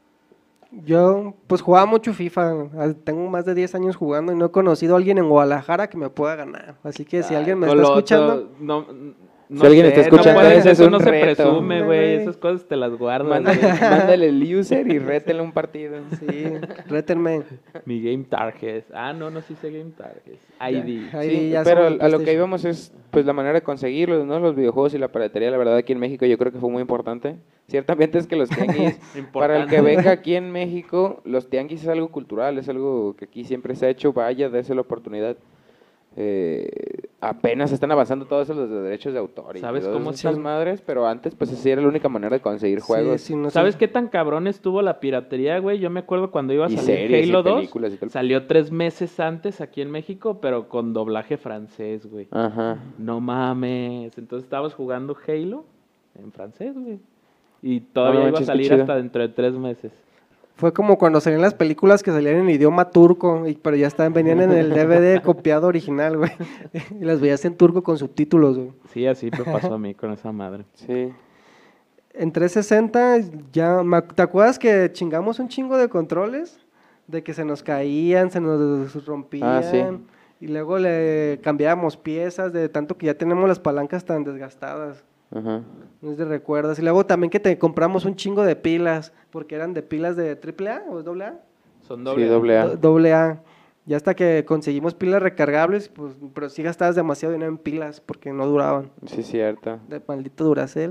Yo, pues jugaba mucho FIFA. ah, Tengo más de diez años jugando y no he conocido a alguien en Guadalajara que me pueda ganar. Así que si alguien me está Coloto, escuchando, No, no Si alguien está sé, escuchando, no puedes, ese es eso un no se reto. presume, güey. Güey. Esas cosas te las guardas. Mándale, güey. mándale el user y rétele un partido. sí, rétenme. Mi Game Targets. Ah, no, no sí sé Game Targets. I D. Ahí Sí, ya pero son a lo que PlayStation. íbamos es pues la manera de conseguirlos, ¿no? Los videojuegos y la piratería, la verdad aquí en México yo creo que fue muy importante. Ciertamente es que los tianguis, para el que venga aquí en México, los tianguis es algo cultural, es algo que aquí siempre se ha hecho, vaya, dése la oportunidad. Eh, apenas están avanzando todos los de derechos de autor y ¿Sabes todas cómo esas están? madres, pero antes pues así era la única manera de conseguir juegos. Sí, sí, no sé. ¿Sabes qué tan cabrón estuvo la piratería, güey? Yo me acuerdo cuando iba a Y salir series y Halo dos, películas y tal. salió tres meses antes aquí en México, pero con doblaje francés, güey. Ajá. No mames. Entonces estabas jugando Halo en francés, güey. Y todavía No iba a manches, qué salir chido. hasta dentro de tres meses. Fue como cuando salían las películas que salían en idioma turco, y, pero ya estaban, venían en el D V D copiado original, güey. Y las veías en turco con subtítulos, güey. Sí, así me pasó a mí con esa madre. Sí. En trescientos sesenta, ya, me ac- ¿te acuerdas que chingamos un chingo de controles? De que se nos caían, se nos rompían. Ah, sí. Y luego le cambiábamos piezas, de tanto que ya tenemos las palancas tan desgastadas. Ajá. No sé si recuerdas. Y luego también que te compramos un chingo de pilas, porque eran de pilas de triple A o doble A. Son Sí, doble. A. doble A. Do- Doble A. Ya hasta que conseguimos pilas recargables, pues, pero sí gastabas demasiado dinero en pilas porque no duraban. Sí, cierto. De maldito Duracell.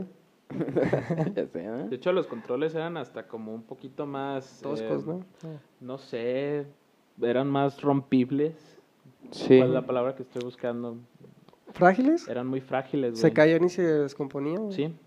Ya sé, ¿eh? De hecho, los controles eran hasta como un poquito más... Toscos, eh, ¿no? No sé, eran más rompibles. Sí. ¿Cuál es la palabra que estoy buscando? ¿Frágiles? Eran muy frágiles, güey. Se caían y se descomponían. güey. Sí.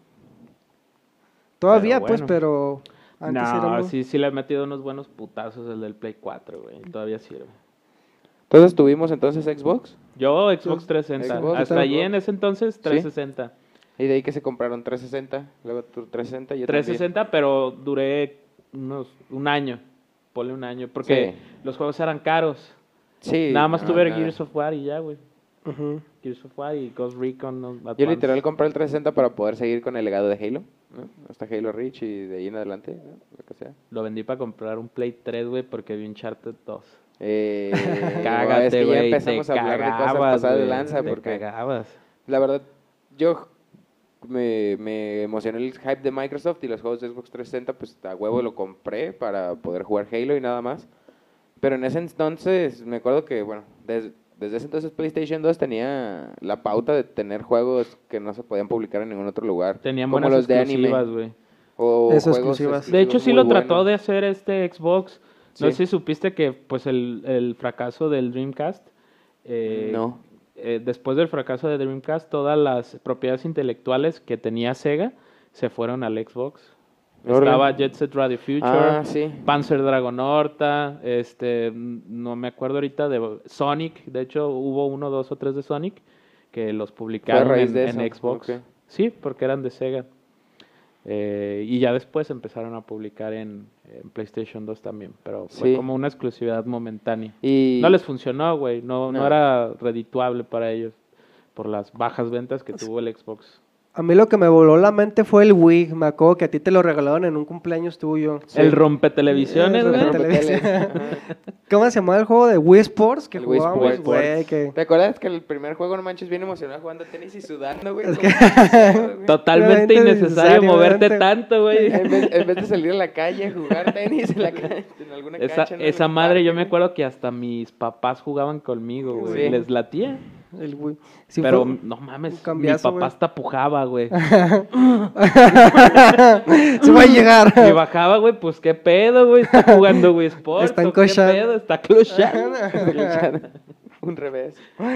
Todavía, Pero pues, bueno. pero antes era No, muy- sí, sí le he metido unos buenos putazos el del Play cuatro, güey. Todavía sirve. Entonces tuvimos entonces Xbox Yo, Xbox trescientos sesenta. Xbox, Hasta Xbox. allí en ese entonces, trescientos sesenta. y de ahí que se compraron trescientos sesenta, luego tu trescientos sesenta y yo trescientos sesenta, pero duré unos, un año. Ponle un año, porque Sí. los juegos eran caros. también. Sí. Nada más no, tuve nada. Gears of War y ya, güey. Ujú. Gears of War y Ghost Recon. no, Yo Advance. literal compré el trescientos sesenta para poder seguir con el legado de Halo, ¿no? Hasta Halo Reach y de ahí en adelante, ¿no? Lo que sea. Lo vendí para comprar un Play tres, güey, porque vi Uncharted dos. Eh, Cágate, es que ya güey, empezamos te a hablar de cosas cagabas, pasadas de güey, lanza te porque cagabas. la verdad yo me, me emocionó el hype de Microsoft y los juegos de Xbox trescientos sesenta, pues a huevo lo compré para poder jugar Halo y nada más. Pero en ese entonces, me acuerdo que, bueno, des- desde ese entonces PlayStation dos tenía la pauta de tener juegos que no se podían publicar en ningún otro lugar. Tenían como buenas los de exclusivas, anime. güey. O Eso, juegos exclusivas. De hecho, sí muy lo trató buenos. de hacer este Xbox. No Sí. sé si supiste que, pues, el, el fracaso del Dreamcast. eh, No. eh, después del fracaso de Dreamcast, todas las propiedades intelectuales que tenía Sega se fueron al Xbox. Estaba Jet Set Radio Future, ah, sí. Panzer Dragon Horta, este, no me acuerdo ahorita de Sonic, de hecho hubo uno, dos o tres de Sonic que los publicaron en, en Xbox. Okay. Sí, porque eran de Sega. Eh, y ya después empezaron a publicar en, en PlayStation dos también, pero fue sí. como una exclusividad momentánea. Y... No les funcionó, güey, no, no. no era redituable para ellos por las bajas ventas que tuvo el Xbox. A mí lo que me voló la mente fue el Wii. Me acuerdo que a ti te lo regalaron en un cumpleaños tuyo. Sí. El rompetelevisiones, güey. ¿Cómo se llamaba el juego de Wii Sports? Que el jugábamos, güey. Que... ¿Te acuerdas que el primer juego, no manches, bien emocionado jugando tenis y sudando, güey? Es que... Totalmente innecesario moverte tanto, güey. En vez, en vez de salir a la calle a jugar tenis en la calle, en alguna esa, cancha. ¿no? Esa madre, parque, yo me acuerdo que hasta mis papás jugaban conmigo, güey. Sí. Les latía. El Wii. Sí, pero no mames, cambiazo, mi papá wey. hasta pujaba, güey. Se va a llegar. Y bajaba, güey, pues qué pedo, güey. Está jugando Wii Sports. Está encochado. ¿Qué pedo? Está clochando. Un revés.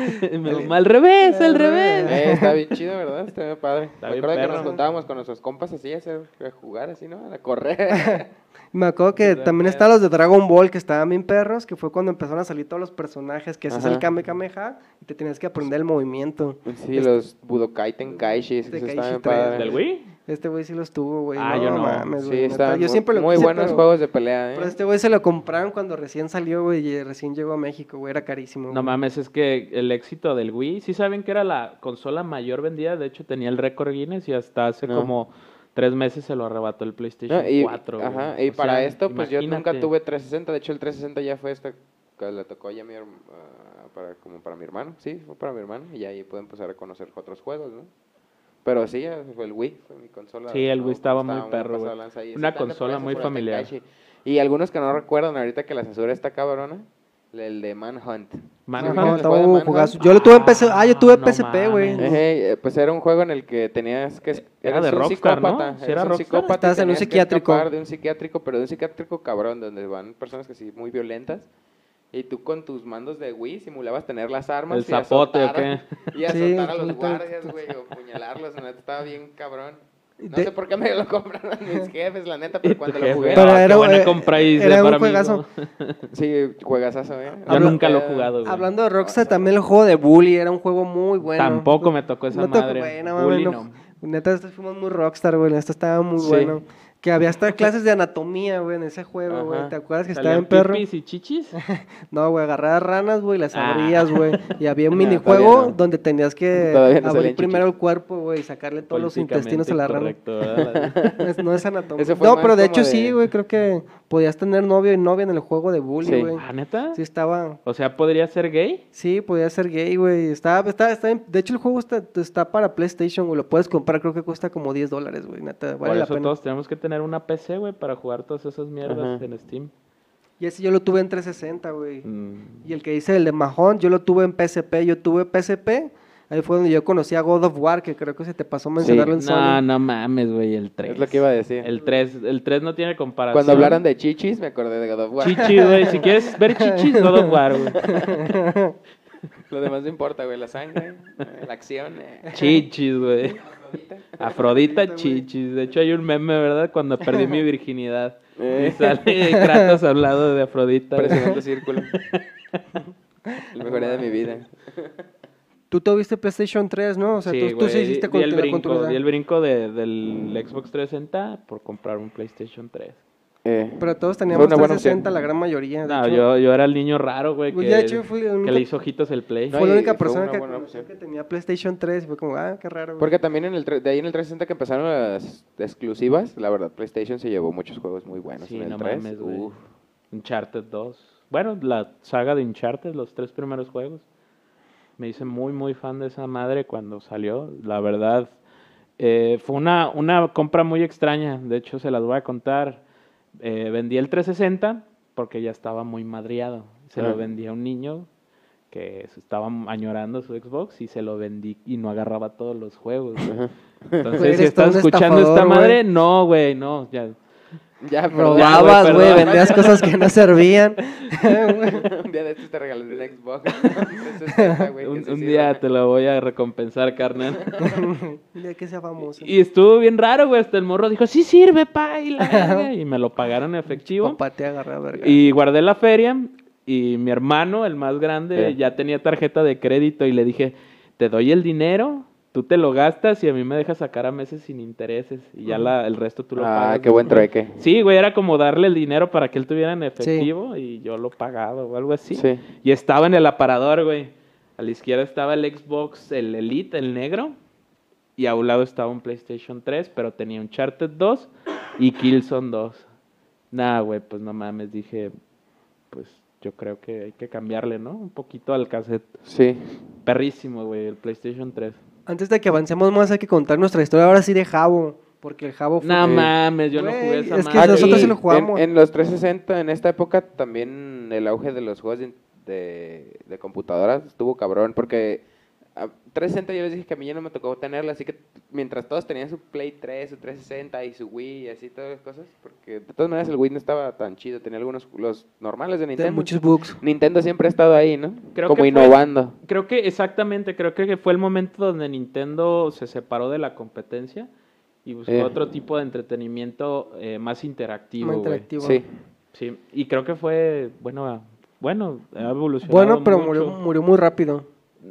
Al revés, al revés. Eh, está bien chido, ¿verdad? Está bien padre. Está Me acuerdo que nos juntábamos con nuestros compas así a, hacer, a jugar así, ¿no? A correr. Me acuerdo que también estaban los de Dragon Ball que estaban bien perros, que fue cuando empezaron a salir todos los personajes, que haces el Kamehameha y te tenías que aprender el movimiento. Sí, este, los Budokai Tenkaichi, que se estaban padres. ¿Del Wii? Este güey sí los tuvo, güey. Ah, no, yo no. Mames, sí, estaban yo siempre muy quise, buenos pero, juegos de pelea, ¿eh? Pero este güey se lo compraron cuando recién salió, güey, y recién llegó a México, güey, era carísimo. No güey. mames, es que el éxito del Wii, sí saben que era la consola mayor vendida, de hecho tenía el récord Guinness y hasta hace no. como tres meses se lo arrebató el PlayStation no, y, cuatro. Ajá, y o para sea, esto, pues imagínate. Yo nunca tuve trescientos sesenta, de hecho el trescientos sesenta ya fue esta, que le tocó ya a mi, uh, para, como para mi hermano, sí, fue para mi hermano, y ya ahí puedo empezar a conocer otros juegos, ¿no? Pero sí, fue el Wii, fue mi consola. Sí, el Wii estaba, estaba muy perro, güey. Una sí, consola muy familiar. Y algunos que no recuerdan ahorita que la censura está cabrona, el de Manhunt. Manhunt, ¿Sí, Manhunt? Yo lo tuve en P S P, ah, yo tuve no P S P, güey. Eh, pues era un juego en el que tenías que... Era de Rockstar, ¿no? Si era un psicópata. Estás en un psiquiátrico. De un psiquiátrico, pero de un psiquiátrico cabrón, donde van personas que sí, muy violentas. Y tú con tus mandos de Wii simulabas tener las armas. El zapote, ¿o qué? Y azotar sí, a los guardias, güey, o puñalarlos, neta, estaba bien cabrón. No de... sé por qué me lo compraron mis jefes, la neta, pero cuando lo jugué... Pero no, era, buena compra era un juegazo. Sí, juegazazo, ¿eh? Yo Habla, nunca lo he jugado, güey. Hablando de Rockstar, también el juego de Bully era un juego muy bueno. Tampoco me tocó esa no madre. Tocó, bueno, Bully, no. no. Neta, estos fuimos muy Rockstar, güey, esto estaba muy sí. bueno. Que había hasta clases de anatomía, güey, en ese juego, güey. ¿Te acuerdas que estaba en perro? ¿Pipis y chichis? No, güey, agarrabas ranas, güey, las abrías, güey. Ah. Y había un no, minijuego no. donde tenías que no abrir primero el cuerpo, güey, y sacarle todos los intestinos a la rana. no, no es anatomía. No, pero de hecho de... sí, güey, creo que podías tener novio y novia en el juego de Bully, güey. Sí. ¿Ah, neta? Sí, estaba... O sea, ¿podría ser gay? Sí, podía ser gay, güey. Estaba, está, está, de hecho, el juego está, está para PlayStation, güey. Lo puedes comprar, creo que cuesta como diez dólares, güey, neta. Vale Por la eso pena. Todos tenemos que tener una P C, güey, para jugar todas esas mierdas uh-huh. en Steam. Y ese yo lo tuve en trescientos sesenta, güey. Mm. Y el que dice el de Mahon, yo lo tuve en P S P. Yo tuve P S P. Ahí fue donde yo conocí a God of War, que creo que se te pasó mencionarlo sí. en Sony. No, no mames, güey, el tres. Es lo que iba a decir. El tres, el tres no tiene comparación. Cuando hablaron de chichis, me acordé de God of War. Chichis, güey, si quieres ver chichis, God of War, güey. Lo demás no importa, güey, la sangre, la acción. Eh. Chichis, güey. Afrodita chichis. De hecho, hay un meme, ¿verdad? Cuando perdí mi virginidad. Eh. Y sale Kratos hablando de Afrodita. Presionando círculo. El mejor día de mi vida. Tú tuviste PlayStation tres, ¿no? O sea, sí, tú, tú sí hiciste con, el brinco, di el brinco de, del Xbox trescientos sesenta por comprar un PlayStation tres. Eh, Pero todos teníamos trescientos sesenta, la gran mayoría. No, yo, yo era el niño raro, güey, que, hecho, fui única, que le hizo ojitos el Play. Fue la única persona que, que tenía PlayStation tres y fue como, ah, qué raro, güey. Porque también en el de ahí en el trescientos sesenta que empezaron las exclusivas, la verdad, PlayStation se llevó muchos juegos muy buenos sí, en el no tres. Mames, güey. Uncharted dos. Bueno, la saga de Uncharted, los tres primeros juegos. Me hice muy, muy fan de esa madre cuando salió. La verdad, eh, fue una, una compra muy extraña. De hecho, se las voy a contar. Eh, vendí el trescientos sesenta porque ya estaba muy madriado. Se ah. lo vendí a un niño que estaba añorando su Xbox y se lo vendí y no agarraba todos los juegos. Entonces, si estás escuchando esta madre, wey. no, güey, no. Ya. Ya, pero robabas, güey, vendías cosas que no servían. Un día de estos te regalas un Xbox. sesenta, güey, un que un sí día sirve. te lo voy a recompensar, carnal. Un día que sea famoso. Y estuvo bien raro, güey. Hasta el morro dijo, sí sirve, pa. Y, la verga, y me lo pagaron en efectivo. Papá te agarra, verga. Y guardé la feria. Y mi hermano, el más grande, Sí. ya tenía tarjeta de crédito. Y le dije, te doy el dinero, tú te lo gastas y a mí me dejas sacar a meses sin intereses. Y ya la, el resto tú lo pagas. Ah, qué buen después. trueque. Sí, güey, era como darle el dinero para que él tuviera en efectivo y yo lo pagaba o algo así. Sí. Y estaba en el aparador, güey. A la izquierda estaba el Xbox, el Elite, el negro. Y a un lado estaba un PlayStation tres, pero tenía Uncharted dos y Killzone dos. Nah, güey, pues no mames, dije, pues yo creo que hay que cambiarle, ¿no? Un poquito al cassette. Sí. Perrísimo, güey, el PlayStation tres. Antes de que avancemos más, hay que contar nuestra historia ahora sí de Jabo. Porque el Jabo fue. No Eh, mames, yo no güey, jugué esa es que madre. nosotros sí Y lo jugamos. En, en los trescientos sesenta, en esta época, también el auge de los juegos de, de, de computadoras estuvo cabrón, porque a trescientos sesenta yo les dije que a mí ya no me tocó tenerla, así que mientras todos tenían su Play tres, su trescientos sesenta y su Wii y así todas las cosas, porque de todas maneras el Wii no estaba tan chido, tenía algunos los normales de De Nintendo. muchos bugs. Nintendo siempre ha estado ahí, ¿no? Creo Como que fue- innovando. Creo que exactamente, creo que fue el momento donde Nintendo se separó de la competencia y buscó Eh. otro tipo de entretenimiento eh, más interactivo, Más güey. interactivo. Sí. Sí, y creo que fue, bueno, bueno, ha evolucionado Bueno, pero mucho. murió, murió muy rápido.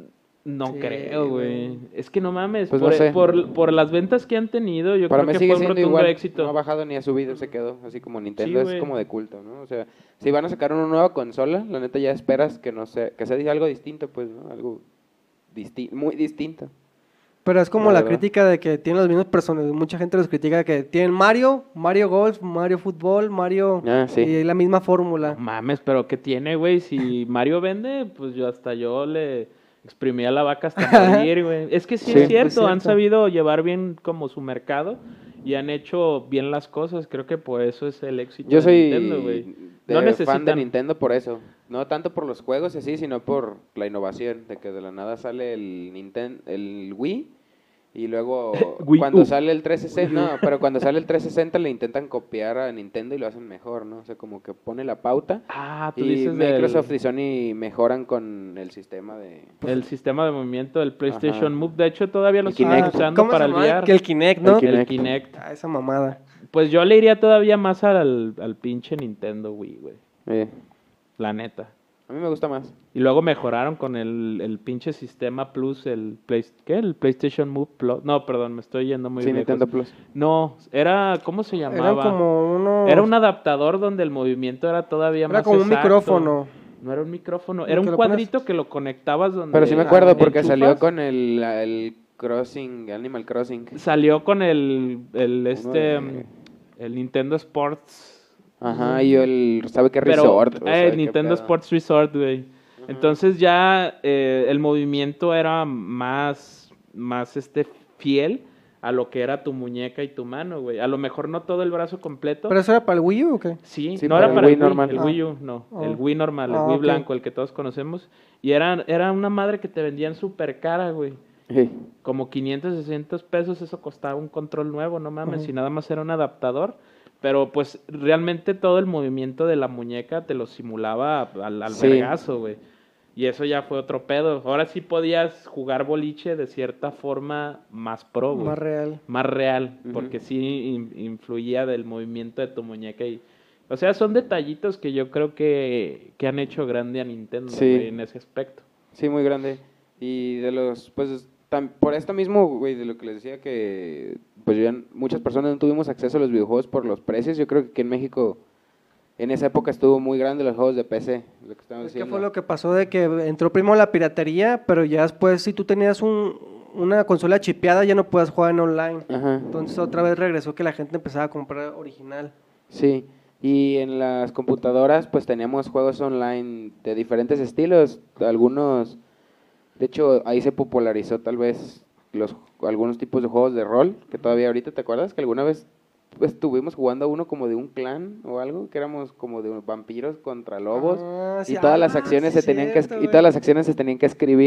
No Sí, creo, güey. güey. Es que no mames, Pues por, no sé. por, por las ventas que han tenido, yo Para creo mí que sigue fue un siendo rotundo igual, éxito. no ha bajado ni ha subido, se quedó, así como Nintendo Sí, es güey. como de culto, ¿no? O sea, si van a sacar una nueva consola, la neta ya esperas que no sea, que sea algo distinto, pues, ¿no? Algo disti- muy distinto. Pero es como La la, verdad. crítica de que tienen las mismas personas. Mucha gente los critica que tienen Mario, Mario Golf, Mario Fútbol, Mario. Ah, sí. Y es la misma fórmula. No mames, pero ¿qué tiene, güey? Si Mario vende, pues yo hasta yo le exprimía la vaca hasta morir, güey. Es que sí, Sí. es cierto, Es cierto. han sabido llevar bien como su mercado y han hecho bien las cosas. Creo que por eso es el éxito Yo de soy Nintendo, güey. de No fan de necesitan- Nintendo por eso. No tanto por los juegos y así, sino por la innovación, de que de la nada sale el Nintendo, el Wii, y luego Wii cuando U. sale el trescientos sesenta, no, pero cuando sale el trescientos sesenta le intentan copiar a Nintendo y lo hacen mejor, ¿no? O sea, como que pone la pauta. Ah, tú Y dices Microsoft del- y Sony mejoran con el sistema de... el sistema de movimiento del PlayStation Ajá. Move. De hecho, todavía lo El siguen Kinect. usando ¿Cómo para se el llama? V R. Que el Kinect, ¿no? El Kinect. El Kinect. Ah, esa mamada. Pues yo le iría todavía más al, al pinche Nintendo Wii, güey. eh, La neta. a mí me gusta más. Y luego mejoraron con el, el pinche sistema Plus, el Play, ¿qué? El PlayStation Move Plus. No, perdón, me estoy yendo muy Sí, lejos. Nintendo Plus. No, era, ¿cómo se Eran llamaba? como unos. Era un adaptador donde el movimiento era todavía Era más como un exacto. micrófono. No era un micrófono, Como era que un lo pones- cuadrito que lo conectabas donde... Pero sí me Ah, acuerdo porque enchufas. salió con el, el Crossing, Animal Crossing. Salió con el, el este, de- el Nintendo Sports... Ajá, y el, ¿sabe qué Pero, resort? O eh, sea, qué Nintendo pedo. Sports Resort, güey. Entonces ya eh, el movimiento era más, más este fiel a lo que era tu muñeca y tu mano, güey. A lo mejor no todo el brazo completo. ¿Pero eso era para el Wii U o qué? Sí, Sí, no para era el para Wii el Wii, normal. el Ah. Wii U, no. Oh. El Wii normal, el Ah, Wii ok. blanco, el que todos conocemos. Y era, era una madre que te vendían súper cara, güey. Sí. Como quinientos, seiscientos pesos, eso costaba un control nuevo, no mames, Ujú. y nada más era un adaptador. Pero pues realmente todo el movimiento de la muñeca te lo simulaba al, al Sí. vergazo, güey. Y eso ya fue otro pedo. Ahora sí podías jugar boliche de cierta forma más pro, güey. Más real. Más real, Ujú. porque sí in- influía del movimiento de tu muñeca y... O sea, son detallitos que yo creo que, que han hecho grande a Nintendo, Sí. güey, en ese aspecto. Sí, muy grande. Y de los, pues, tam- por esto mismo, güey, de lo que les decía que, pues, ya muchas personas no tuvimos acceso a los videojuegos por los precios. Yo creo que aquí en México, en esa época estuvo muy grande los juegos de P C, lo que estamos Es que diciendo. fue lo que pasó de que entró primero la piratería, pero ya después si tú tenías un, una consola chipeada ya no puedas jugar en online. Ajá. Entonces otra vez regresó que la gente empezaba a comprar original. Sí, y en las computadoras pues teníamos juegos online de diferentes estilos, algunos, de hecho ahí se popularizó tal vez los algunos tipos de juegos de rol, que todavía ahorita, ¿te acuerdas que alguna vez pues, estuvimos jugando a uno como de un clan o algo, que éramos como de vampiros contra lobos Ah, sí, y todas las ah, acciones sí, se tenían que cierto, es- y güey. todas las acciones se tenían que escribir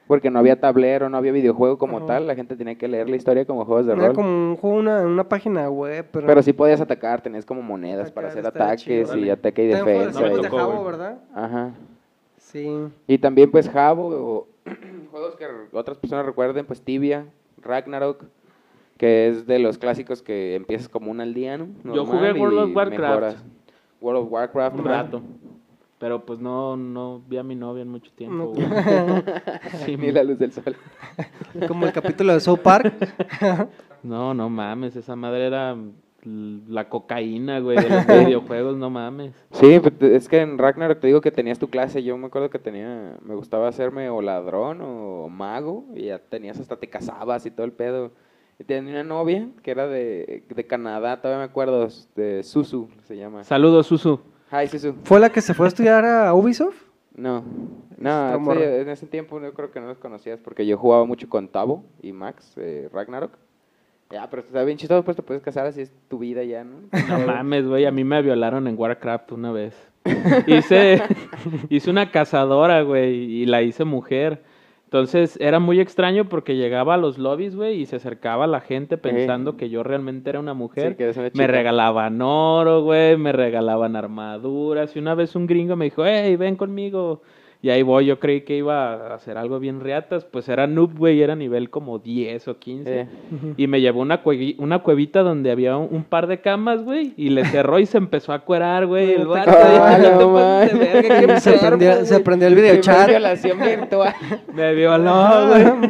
porque no había tablero, no había videojuego como uh-huh. tal, la gente tenía que leer la historia como juegos de Era rol. como un juego, una, una página web, pero... Pero sí podías atacar, tenías como monedas atacar, para hacer ataques chido, y ataque y defensa. También y... de Jabo, ¿verdad? Ajá. Sí. Y también pues Jabo, o juegos que otras personas recuerden, pues Tibia, Ragnarok, que es de los clásicos que empiezas como un aldeano. Yo jugué World of Warcraft. Mejoras. World of Warcraft. Un rato. Pero pues no, no vi a mi novia en mucho tiempo. No. Sí, ni la luz del sol. Como el capítulo de South Park. No, no mames, esa madre era la cocaína, güey, de los videojuegos, no mames. Sí, es que en Ragnarok te digo que tenías tu clase, yo me acuerdo que tenía, me gustaba hacerme o ladrón o mago, y ya tenías hasta te casabas y todo el pedo. Y tenía una novia que era de, de Canadá, todavía me acuerdo, de Susu, se llama. Saludos, Susu. Hi, Susu. ¿Fue la que se fue a estudiar a Ubisoft? No, no, sí, en ese tiempo yo creo que no los conocías porque yo jugaba mucho con Tavo y Max, eh, Ragnarok. Ya, pero está bien chistoso, pues te puedes casar, así es tu vida ya, ¿no? No mames, güey, a mí me violaron en Warcraft una vez. Hice, hice una cazadora, güey, y la hice mujer. Entonces era muy extraño porque llegaba a los lobbies, güey, y se acercaba a la gente pensando eh. que yo realmente era una mujer. Sí, que eres una chica. Me regalaban oro, güey, me regalaban armaduras. Y una vez un gringo me dijo, hey, ven conmigo. Y ahí voy, yo creí que iba a hacer algo bien riatas, pues era noob, güey, era nivel como diez o quince. Eh. Y me llevó una, cue una cuevita donde había un, un par de camas, güey, y le cerró y se empezó a cuerar, güey, el vato. Ah, no, no te verga, qué se, prendió, se prendió el video chat. Violación virtual. Me violó, güey.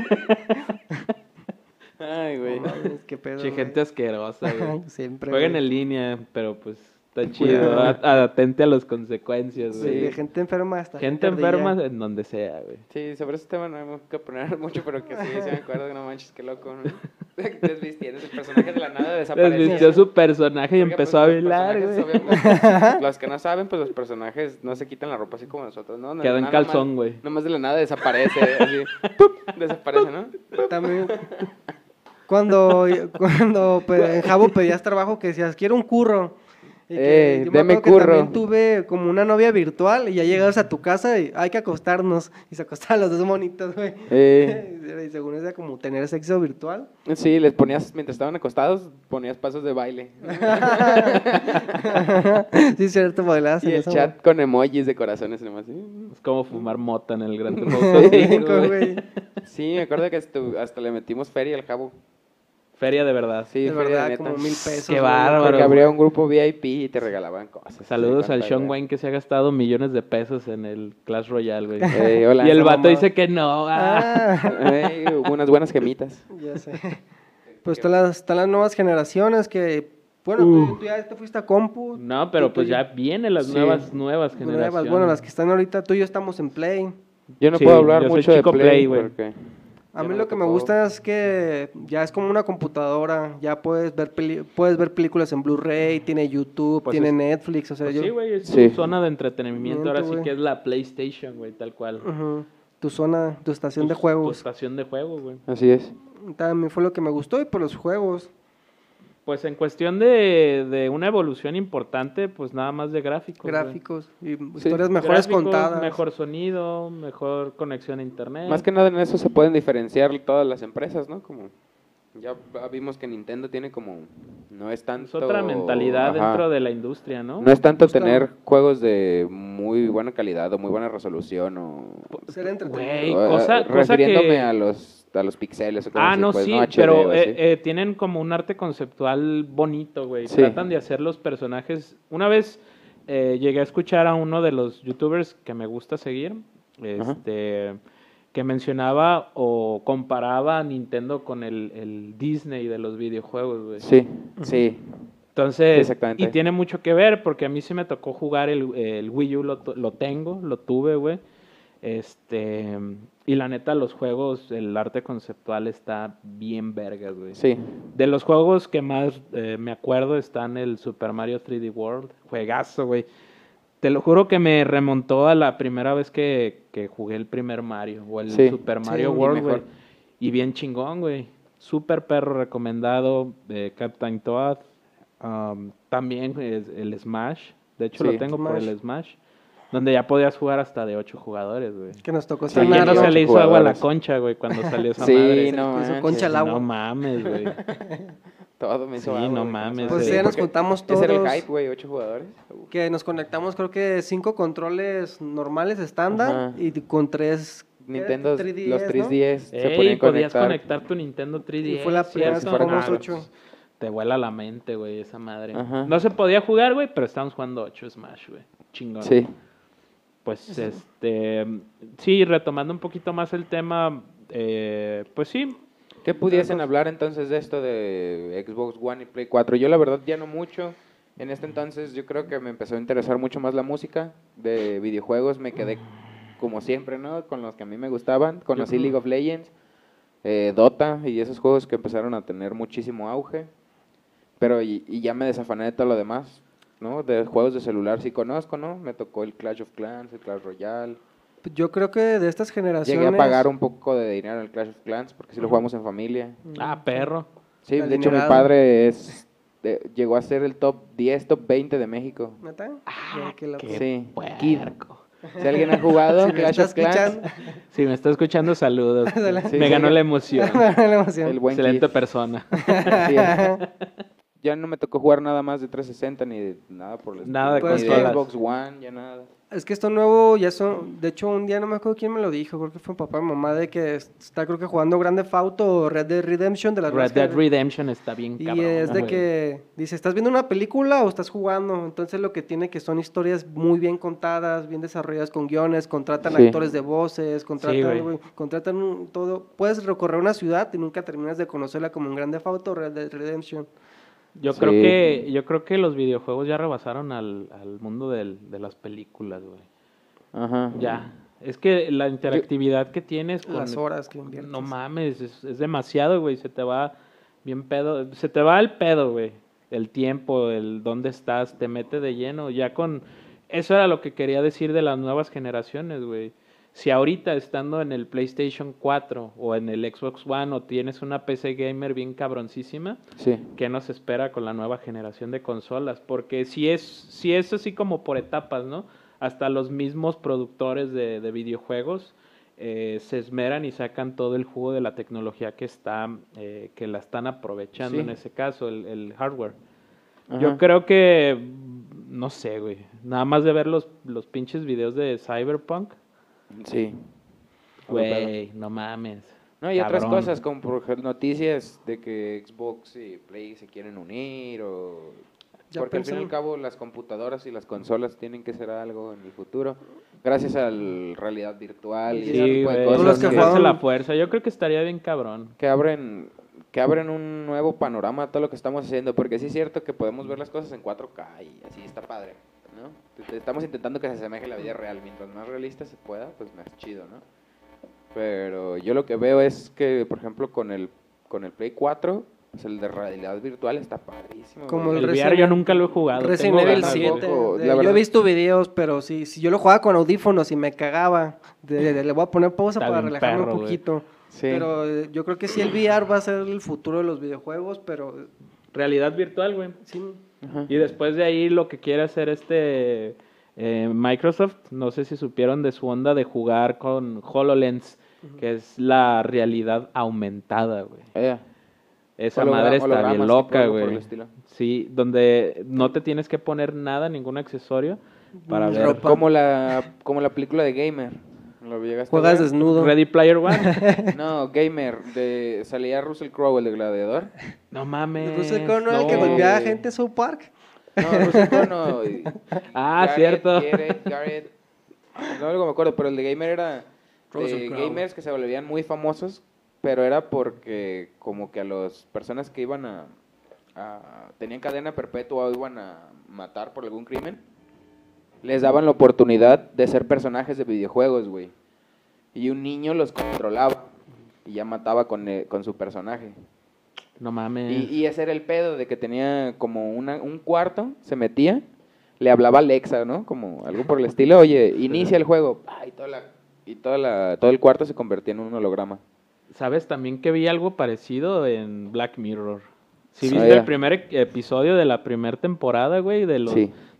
Ay, güey. No, qué pedo, che, gente asquerosa, güey. Siempre. Jueguen wey. En línea, pero pues... Está chido, atente a las consecuencias, güey. Sí, de gente enferma hasta gente enferma en donde sea, güey. Sí, sobre ese tema no hemos que poner mucho, pero que sí, sí me acuerdo, no manches, qué loco, ¿no? Desvistiendo, el personaje de la nada desapareció. Desvistió su personaje y porque, empezó pues, a bailar, güey. Los, los que no saben, pues los personajes no se quitan la ropa así como nosotros, ¿no? Queda en calzón, güey. Nomás de la nada desaparece, así, ¡pup! Desaparece, ¿no? También... Cuando, cuando en Jabo pedías trabajo que decías, quiero un curro. Y que eh, yo me deme que curro. También tuve como una novia virtual y ya llegabas a tu casa y hay que acostarnos. Y se acostaban los dos monitos, güey. Eh. Y según eso era como tener sexo virtual. Sí, les ponías, mientras estaban acostados, ponías pasos de baile. Sí, cierto, bailabas y el eso, chat güey. Con emojis de corazones nomás. Es como fumar mota en el Gran Theft Auto. güey. Sí, me acuerdo que hasta, hasta le metimos feria al Jabo. Feria de verdad. Sí, de feria verdad, de como mil pesos. Qué bárbaro. Porque habría un grupo V I P y te regalaban cosas. Saludos al Sean Wayne que se ha gastado millones de pesos en el Clash Royale, güey. Hey, hola, y el vato mamá. Dice que no. Ah. Hey, hubo unas buenas gemitas. Ya sé. Pues están las, están las nuevas generaciones que... Bueno, uh. tú, tú ya te fuiste a compu. No, pero pues ya vienen las sí. nuevas, nuevas generaciones. Nuevas. Bueno, las que están ahorita, tú y yo estamos en Play. Yo no sí, puedo hablar mucho de Play, güey. Porque... A mí lo que me gusta es que ya es como una computadora, ya puedes ver peli puedes ver películas en Blu-ray, tiene YouTube, pues tiene es, Netflix, o sea, pues yo... Sí, güey, es sí. tu zona de entretenimiento, ahora sí que es la PlayStation, güey, tal cual. Uh-huh. Tu zona, tu estación tu, de juegos. Tu estación de juego, güey. Así es. También fue lo que me gustó y por los juegos. Pues en cuestión de, de una evolución importante, pues nada más de gráficos. Gráficos güey. y sí. Historias mejores gráficos, contadas. Mejor sonido, mejor conexión a internet. Más que nada en eso se pueden diferenciar todas las empresas, ¿no? Como ya vimos que Nintendo tiene como, no es tanto... Es otra mentalidad ajá, dentro de la industria, ¿no? No es tanto Busca... tener juegos de muy buena calidad o muy buena resolución o... Ser entretenido. Güey, cosa, uh, refiriéndome cosa que... a los... a los píxeles o ah, así, no, pues, sí, no H D, pero eh, eh, tienen como un arte conceptual bonito, güey. Sí. Tratan de hacer los personajes. Una vez eh, llegué a escuchar a uno de los youtubers que me gusta seguir, este, ajá, que mencionaba o comparaba a Nintendo con el, el Disney de los videojuegos, güey. Sí, sí. Entonces, exactamente. Y tiene mucho que ver porque a mí sí me tocó jugar el, el Wii U, lo, lo tengo, lo tuve, güey. Este, y la neta, los juegos, el arte conceptual está bien vergas, güey. Sí. De los juegos que más eh, me acuerdo están el Super Mario tres D World, juegazo, güey. Te lo juro que me remontó a la primera vez que, que jugué el primer Mario, o el sí. Super Mario sí, World, güey. Y bien chingón, güey. Super perro recomendado, de Captain Toad. Um, también el, el Smash. De hecho, sí, lo tengo Smash. Por el Smash. Donde ya podías jugar hasta de ocho jugadores, güey. Que nos tocó sí, ya no se le hizo jugadores. Agua a la concha, güey, cuando salió esa sí, madre. No, se hizo concha al agua. No mames, güey. Todo me hizo Sí, agua, no güey, mames. Pues sí. ya nos juntamos todos. Ese era el hype, güey, ocho jugadores. Que nos conectamos, creo que cinco controles normales estándar Ajá. y con tres... Nintendo, tres D S, los tres D S ¿no? Se Ey, podías conectar. conectar tu Nintendo tres D S. Y fue la primera vez que jugamos ocho. Te vuela la mente, güey, esa madre. Ajá. No se podía jugar, güey, pero estábamos jugando ocho Smash, güey. Chingón. Sí. Pues, sí. este... Sí, retomando un poquito más el tema, eh, pues sí. ¿Qué pudiesen hablar entonces de esto de Xbox One y Play cuatro? Yo la verdad ya no mucho. En este entonces yo creo que me empezó a interesar mucho más la música de videojuegos. Me quedé como siempre, ¿no? Con los que a mí me gustaban. Conocí League of Legends, eh, Dota y esos juegos que empezaron a tener muchísimo auge. Pero y, y ya me desafané de todo lo demás, ¿no? De juegos de celular sí conozco, ¿no? Me tocó el Clash of Clans, el Clash Royale. Yo creo que de estas generaciones... Llegué a pagar un poco de dinero en el Clash of Clans porque sí lo jugamos en familia. Ah, perro. Sí, de hecho mi padre es... De, llegó a ser el top diez, top veinte de México. ¿Neta? Ah, qué loco. Sí. Puerco. Si alguien ha jugado si Clash of Clans... Si me está escuchando, saludos. Sí, me ganó sí. la emoción. Me ganó la emoción. El buen Excelente Keith. Persona. Sí, ya no me tocó jugar nada más de trescientos sesenta ni de nada por el estilo. Nada de pues Xbox One, ya nada. Es que esto nuevo ya son, de hecho un día no me acuerdo quién me lo dijo, creo que fue papá o mamá, de que está creo que jugando Grand Theft Auto o Red Dead Redemption de las Red Dead Redemption está bien cabrón. Y es de que dice, ¿estás viendo una película o estás jugando? Entonces lo que tiene que son historias muy bien contadas, bien desarrolladas con guiones, contratan sí. actores de voces, contratan, sí, wey, contratan un, todo. Puedes recorrer una ciudad y nunca terminas de conocerla como en Grand Theft Auto o Red Dead Redemption. Yo sí. creo que yo creo que los videojuegos ya rebasaron al, al mundo del, de las películas, güey. Ajá. Ya. Es que la interactividad que tienes con... Las horas que inviertes. No mames, es, es demasiado, güey. Se te va bien pedo. Se te va el pedo, güey. El tiempo, el dónde estás, te mete de lleno. Ya con... Eso era lo que quería decir de las nuevas generaciones, güey. Si ahorita estando en el PlayStation cuatro o en el Xbox One o tienes una P C gamer bien cabroncísima, sí. ¿qué nos espera con la nueva generación de consolas? Porque si es, si es así como por etapas, ¿no? Hasta los mismos productores de, de videojuegos eh, se esmeran y sacan todo el jugo de la tecnología que está, eh, que la están aprovechando sí. en ese caso, el, el hardware. Ajá. Yo creo que, no sé, güey, nada más de ver los, los pinches videos de Cyberpunk. Sí. Güey, no mames. No, y cabrón. otras cosas, como por ejemplo noticias de que Xbox y Play se quieren unir o... Ya porque pensé. Al fin y al cabo las computadoras y las consolas tienen que ser algo en el futuro, gracias a la realidad virtual sí, y ese tipo de cosas. Los que juegan la fuerza, yo creo que estaría bien cabrón. Que abren, que abren un nuevo panorama a todo lo que estamos haciendo, porque sí es cierto que podemos ver las cosas en cuatro K y así está padre, ¿no? Estamos intentando que se asemeje a la vida real, mientras más realista se pueda, pues más chido, ¿no? Pero yo lo que veo es que, por ejemplo, con el, con el Play cuatro... Pues el de realidad virtual está padrísimo. Como el, el V R yo nunca lo he jugado. Resident Evil siete. De, yo he visto videos, pero si, si yo lo jugaba con audífonos y me cagaba, de, de, le voy a poner pausa está para relajarme perro, un poquito. Sí. Pero eh, yo creo que sí el V R va a ser el futuro de los videojuegos, pero... Realidad virtual, güey. Sí. Ajá. Y después de ahí lo que quiere hacer este eh, Microsoft, no sé si supieron de su onda de jugar con HoloLens, uh-huh. que es la realidad aumentada, güey. Yeah. Esa Hologra- madre está bien loca, güey. Sí, donde no te tienes que poner nada, ningún accesorio para ver. Ropa. Como la como la película de Gamer. ¿Lo Juegas desnudo. Ready Player One. No, Gamer. De, salía Russell Crowe, el de Gladiador. No mames. Russell Crowe no, no el que golpeaba a gente en South Park. No, Russell Crowe no. Ah, Garrett, cierto. Garrett, Garrett. No algo me acuerdo, pero el de Gamer era de gamers que se volvían muy famosos. Pero era porque como que a las personas que iban a, a... tenían cadena perpetua o iban a matar por algún crimen, les daban la oportunidad de ser personajes de videojuegos, güey. Y un niño los controlaba y ya mataba con, el, con su personaje. No mames. Y, y ese era el pedo de que tenía como una, un cuarto, se metía, le hablaba a Alexa, ¿no? Como algo por el estilo, oye, inicia el juego. Ah, y toda la, y toda la, todo el cuarto se convertía en un holograma. ¿Sabes también que vi algo parecido en Black Mirror? ¿Sí viste oh, yeah. el primer episodio de la primera temporada, güey? De los, sí.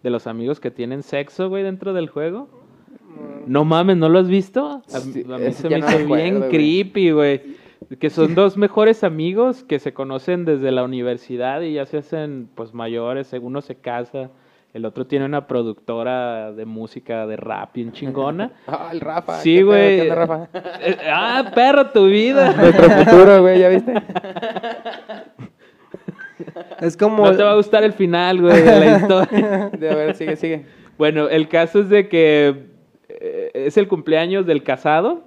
de los amigos que tienen sexo, güey, dentro del juego. No mames, ¿no lo has visto? A, Sí, a mí ese se ya me no hizo me acuerdo, bien güey. creepy, güey. Que son dos mejores amigos que se conocen desde la universidad y ya se hacen, pues, mayores. Uno se casa, el otro tiene una productora de música, de rap bien chingona. Ah, el Rafa. Sí, ¿qué pedo? güey. ¿Qué onda, Rafa? Eh, ah, perro, tu vida. Nuestro futuro, güey, ¿ya viste? Es como... No te va a gustar el final, güey, de la historia. De, a ver, sigue, sigue. Bueno, el caso es de que eh, es el cumpleaños del casado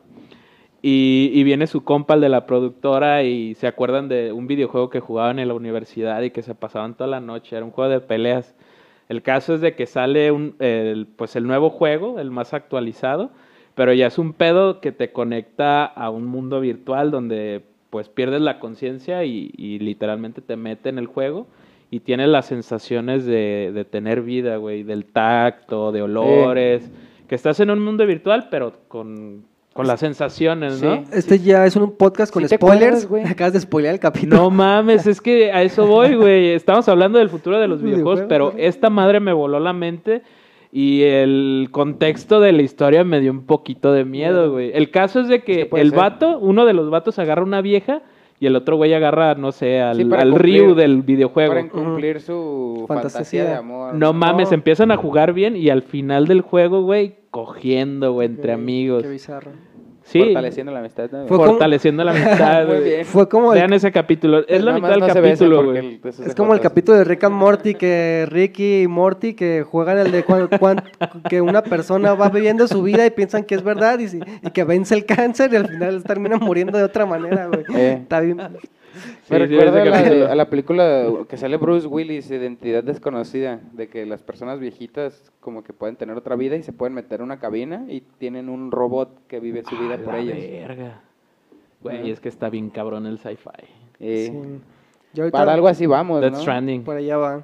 y, y viene su compa, el de la productora, y se acuerdan de un videojuego que jugaban en la universidad y que se pasaban toda la noche. Era un juego de peleas. El caso es de que sale un, el, pues el nuevo juego, el más actualizado, pero ya es un pedo que te conecta a un mundo virtual donde pues pierdes la conciencia y, y literalmente te mete en el juego y tienes las sensaciones de, de tener vida, güey, del tacto, de olores, eh. que estás en un mundo virtual pero con, con las sensaciones, ¿no? Sí. Este ya es un podcast con ¿Sí te spoilers, acuerdas, güey? Acabas de spoilear el capítulo. No mames, es que a eso voy, güey. Estamos hablando del futuro de los videojuegos, pero esta madre me voló la mente y el contexto de la historia me dio un poquito de miedo, güey. El caso es de que Sí, el ser. vato, uno de los vatos agarra una vieja y el otro güey agarra, no sé, al, Sí, para al cumplir- Ryu del videojuego. Para cumplir su Fantasía. fantasía de amor. No mames, No. empiezan a jugar bien y al final del juego, güey, cogiendo, güey, entre Ok, amigos. Qué bizarro. Sí, Fortaleciendo la amistad. ¿no? Fue como- fortaleciendo la amistad, Muy güey. bien. Fue como el, Vean ese capítulo, es la Nada mitad más del no se besen capítulo, porque güey. el- eso es de como el fotos. capítulo de Rick and Morty, que Ricky y Morty que juegan el de cuan- cuan- que una persona va viviendo su vida y piensan que es verdad y, si- y que vence el cáncer y al final termina muriendo de otra manera, güey. Eh. Está bien. Sí, Me sí, recuerda ese a la, de- capítulo. a la película que sale Bruce Willis, Identidad Desconocida, de que las personas viejitas como que pueden tener otra vida y se pueden meter en una cabina y tienen un robot que vive su vida A por la ellos. verga. Güey, Ajá. es que está bien cabrón el sci-fi. Eh, Sí. Y ahorita Para algo así vamos, Death ¿no? Stranding. por allá va.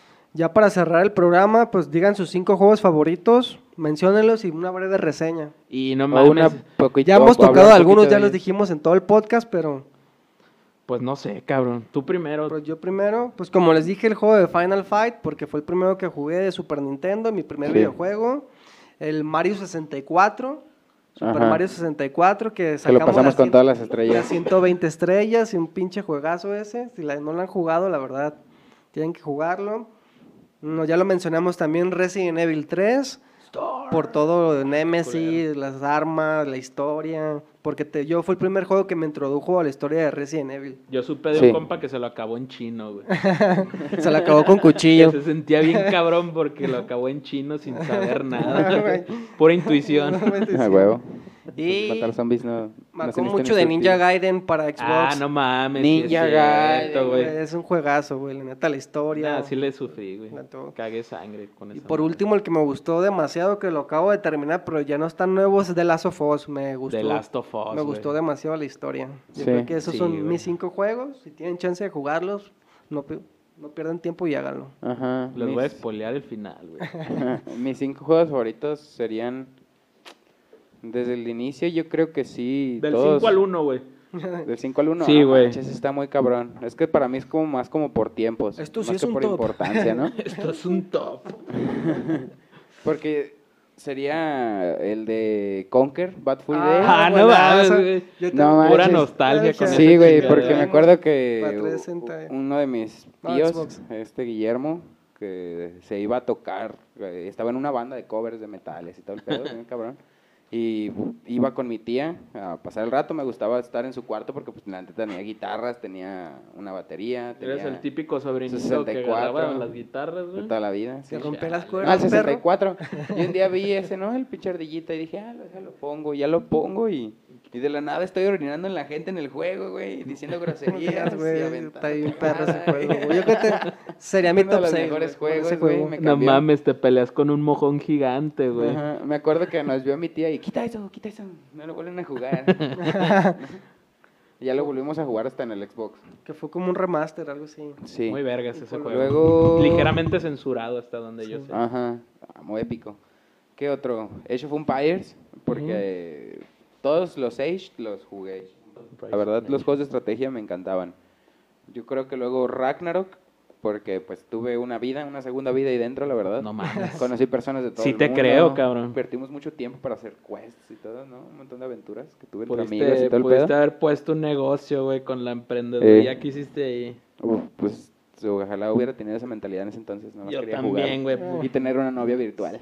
Ya para cerrar el programa, pues digan sus cinco juegos favoritos, menciónenlos y una breve reseña. Y no O mames, una poquito- Ya hemos o hablar tocado un algunos, poquito ya de los ellos. dijimos en todo el podcast, pero pues no sé, cabrón. Tú primero. pues yo primero, pues como les dije, el juego de Final Fight, porque fue el primero que jugué de Super Nintendo, mi primer Sí. videojuego. El Mario sesenta y cuatro, Super Ajá. Mario sesenta y cuatro, que Que lo sacamos pasamos las con cien- todas las las estrellas. ciento veinte estrellas y un pinche juegazo ese. Si la- no lo han jugado, la verdad, tienen que jugarlo. No, ya lo mencionamos también, Resident Evil tres. Por todo lo de Nemesis, las armas, la historia. Porque te, yo fue el primer juego que me introdujo a la historia de Resident Evil. Yo supe de Sí. un compa que se lo acabó en chino, güey. Se la acabó con Que cuchillo. se sentía bien cabrón porque lo acabó en chino sin saber nada. Güey. Pura intuición. A huevo. Y Matar zombies no. no se marcó necesitan mucho de Ninja instructivos. Gaiden para Xbox. Ah, no mames. Ninja sí es cierto, Gaiden, güey. Es un juegazo, güey. La neta, la historia. Nah, sí le sufrí, güey. La todo. Cagué sangre con Y eso. por último, el que me gustó demasiado, que lo acabo de terminar, pero ya no está nuevo, es The Last of Us. Me gustó. The Last of Us, Me gustó güey. demasiado la historia. Yo Sí. creo que esos Sí, son güey. mis cinco juegos. Si tienen chance de jugarlos, no, pi- no pierdan tiempo y háganlo. Ajá. Les mis- voy a spoilear el final, güey. Mis cinco juegos favoritos serían. Desde el inicio, yo creo que sí. Del todos, cinco al uno, güey. Del cinco al uno. Sí, güey. Está muy cabrón. Es que para mí es como más como por tiempos. Esto sí más es que un por top. importancia, ¿no? Esto es un top. Porque sería el de Conker, Bad Fur Day. Ah, no buenazo. mames, güey. Yo te- No Pura manches. nostalgia con Sí, esa güey, chingadera. porque me acuerdo que Para trescientos sesenta. uno de mis No, tíos, Xbox. este Guillermo, que se iba a tocar, eh, estaba en una banda de covers de metales y todo el pedo, bien cabrón. Y bu- iba con mi tía a pasar el rato, me gustaba estar en su cuarto porque pues la neta tenía guitarras, tenía una batería, tenía Eres el típico sobrinito sesenta y que cuatro. agarraba las guitarras, de güey. toda la vida. Se sí. rompe las Ah, cuerdas, el perro. sesenta y cuatro. Y un día vi ese, ¿no? El pinche ardillita y dije, ah, ya lo pongo, ya lo pongo y, y de la nada estoy orinando en la gente en el juego, güey, diciendo groserías. Güey, y aventando está bien perro ese madre. juego, güey. Yo creo que sería mi Uno de top los seis. mejores güey, con juegos, ese güey, juego. me No cambió. mames, te peleas con un mojón gigante, güey. Ajá, me acuerdo que nos vio mi tía y quita eso, quita eso, no lo vuelven a jugar. Y ya lo volvimos a jugar hasta en el Xbox. Que fue como un remaster, algo así. Sí. Muy vergas ese juego. Luego... Ligeramente censurado hasta donde yo sé. Ajá, ah, muy épico. ¿Qué otro? Age of Empires, porque todos los Age los jugué. La verdad, los juegos de estrategia me encantaban. Yo creo que luego Ragnarok porque pues tuve una vida, una segunda vida ahí dentro, la verdad. No mames. Conocí personas de todo Sí el te mundo. creo, cabrón. Invertimos mucho tiempo para hacer quests y todo, ¿no? Un montón de aventuras que tuve entre Pudiste, amigos y todo el pudiste pedo. haber puesto un negocio, güey, con la emprendeduría Eh. que hiciste ahí. Uf, pues ojalá hubiera tenido esa mentalidad en ese entonces. Nada más Yo quería también, jugar güey. y tener una novia virtual.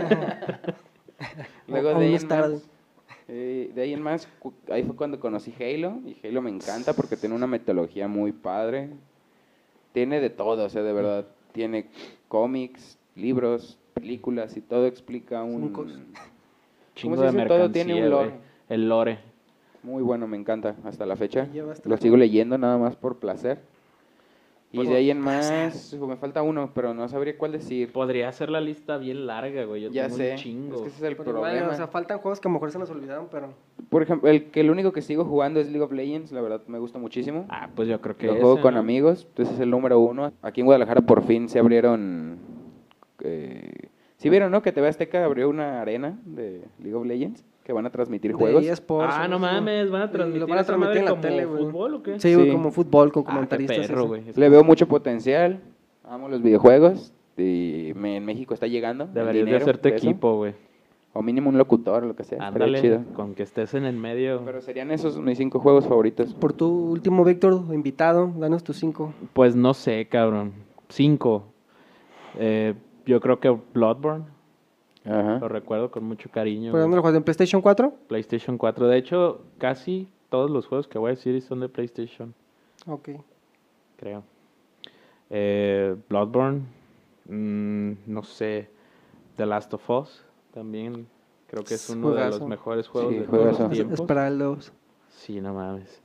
Luego Aún de ahí, no en es tarde. más, eh, de ahí en más, cu- ahí fue cuando conocí Halo. Y Halo me encanta porque tiene una metodología muy padre. Tiene de todo, o sea, de verdad. Tiene cómics, libros, películas y todo explica un... Funcos. Chingo ¿Cómo se de dice? Todo mercancía, tiene un lore. güey. El lore. Muy bueno, me encanta hasta la fecha. Ya basta. Lo sigo leyendo nada más por placer. Y Por de ahí en placer. más, me falta uno, pero no sabría cuál decir. Podría ser la lista bien larga, güey. Yo Ya tengo sé, un chingo. es que ese es el Pero igual, problema. o sea, faltan juegos que a lo mejor se nos olvidaron, pero... Por ejemplo, el que el único que sigo jugando es League of Legends, la verdad me gusta muchísimo. Ah, pues yo creo que Lo ese, juego con ¿no? amigos, entonces es el número uno. Aquí en Guadalajara por fin se abrieron... Eh, ¿sí vieron, no? Que T V Azteca abrió una arena de League of Legends que van a transmitir de juegos. eSports, Ah, no sí. mames, ¿van a Y transmitir, lo van a esa transmitir madre en la como tele, güey. fútbol o qué? Sí, güey, Sí. como fútbol, con Ah, qué comentaristas. perro, así. güey. Le veo mucho potencial, amo los videojuegos y me- en México está llegando. el Deberías de dinero hacerte de eso. equipo, güey. O mínimo un locutor o lo que sea. estaría Ándale, chido. con que estés en el medio. Pero serían esos mis cinco juegos favoritos. Por tu último, Víctor, invitado, danos tus cinco. Pues no sé, cabrón. Cinco. Eh, yo creo que Bloodborne. Ajá. Lo recuerdo con mucho cariño. ¿Por dónde güey. lo juegas? ¿En PlayStation cuatro? PlayStation cuatro. De hecho, casi todos los juegos que voy a decir son de PlayStation, Ok. creo. Eh, Bloodborne. mm, no sé. The Last of Us. También creo que es uno de Juegazo. los mejores juegos Sí, de juegazo. todos los Es- tiempos. Esperar el dos. Sí, no mames.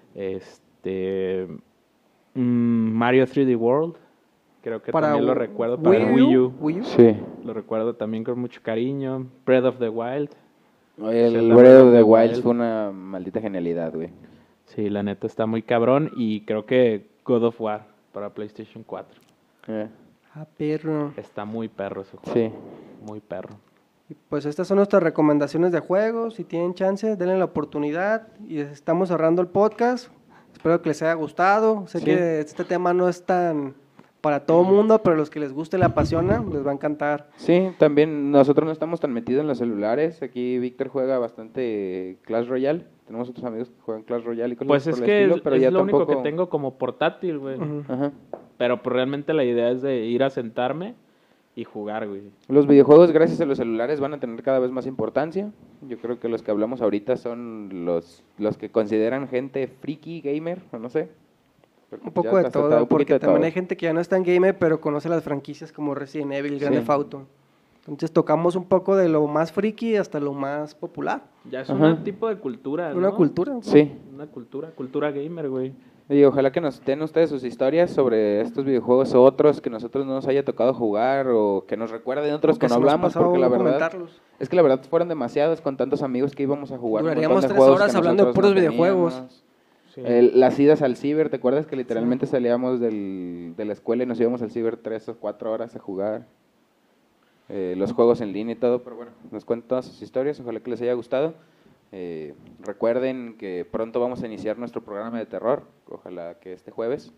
Este. mm, Mario tres D World. Creo que Para también lo Wii- recuerdo para Wii Wii U. U. Wii U. Sí. Lo recuerdo también con mucho cariño. Breath of the Wild. El Zelda Breath of the Breath Wild Wild. fue una maldita genialidad, güey. Sí, la neta está muy cabrón. Y creo que God of War para PlayStation cuatro. Eh, Ah, perro. Está muy perro ese juego. Sí. Muy perro. Y pues estas son nuestras recomendaciones de juegos. Si tienen chance, denle la oportunidad. Y estamos cerrando el podcast. Espero que les haya gustado. Sé Sí. que este tema no es tan para todo mundo, pero los que les guste y le apasiona, les va a encantar. Sí, también nosotros no estamos tan metidos en los celulares. Aquí Víctor juega bastante Clash Royale. Tenemos otros amigos que juegan Clash Royale y cosas Pues por es el que estilo, es, pero es ya lo único tampoco... que tengo como portátil, güey. Ujú. Ajá. Pero pues realmente la idea es de ir a sentarme y jugar, güey. Los videojuegos, gracias a los celulares, van a tener cada vez más importancia. Yo creo que los que hablamos ahorita son los, los que consideran gente friki, gamer, o no sé. Porque Un pues poco ya de hasta- todo, hasta un porque poquito de también todo. hay gente que ya no está en gamer, pero conoce las franquicias como Resident Evil, Grand Sí. Theft Auto. Entonces tocamos un poco de lo más friki hasta lo más popular. Ya es Ajá. un tipo de cultura, Una ¿no? cultura. Sí, Una cultura, cultura gamer, güey. y ojalá que nos den ustedes sus historias sobre estos videojuegos o otros que nosotros no nos haya tocado jugar o que nos recuerden otros O que que no se nos hablamos, pasó porque la verdad comentarlos. es que la verdad fueron demasiados con tantos amigos que íbamos a jugar. un Duraríamos montón de tres juegos horas que hablando de nosotros puros no videojuegos. teníamos. Sí. El- las idas al ciber, ¿te acuerdas que literalmente salíamos del, de la escuela y nos íbamos al ciber tres o cuatro horas a jugar? Eh, los juegos en línea y todo, pero bueno, nos cuentan todas sus historias, ojalá que les haya gustado. Eh, recuerden que pronto vamos a iniciar nuestro programa de terror, ojalá que este jueves.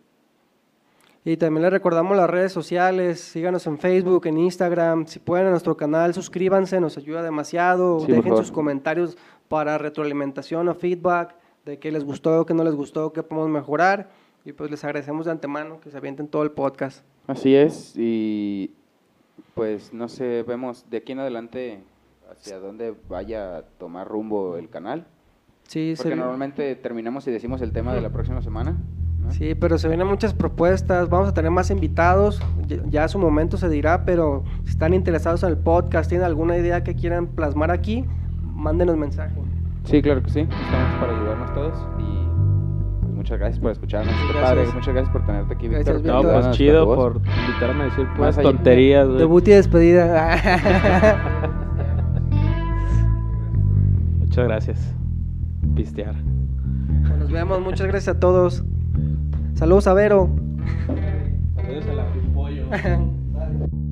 Y también les recordamos las redes sociales, síganos en Facebook, en Instagram, si pueden a nuestro canal, suscríbanse, nos ayuda demasiado, Sí, por dejen favor. sus comentarios para retroalimentación o feedback de qué les gustó, qué no les gustó, qué podemos mejorar, y pues les agradecemos de antemano que se avienten todo el podcast. Así es, y pues no sé, vemos de aquí en adelante hacia dónde vaya a tomar rumbo el canal, Sí, porque se- normalmente terminamos y decimos el tema de la próxima semana, ¿no? sí, pero se vienen muchas propuestas, vamos a tener más invitados, ya, ya a su momento se dirá, pero si están interesados en el podcast, tienen alguna idea que quieran plasmar aquí, mándenos mensaje. Sí, claro que sí, estamos para ayudarnos todos y pues, muchas gracias por escucharnos, qué Gracias. padre, muchas gracias por tenerte aquí, Gracias, Víctor. Víctor. No, Víctor. pues Ayudándonos chido con tu por voz. invitarme a decir puras allá. tonterías, güey. Debut y despedida. Muchas gracias. Pistear. Nos vemos, muchas gracias a todos. Saludos a Vero. Saludos a la Pimpollo. Bye.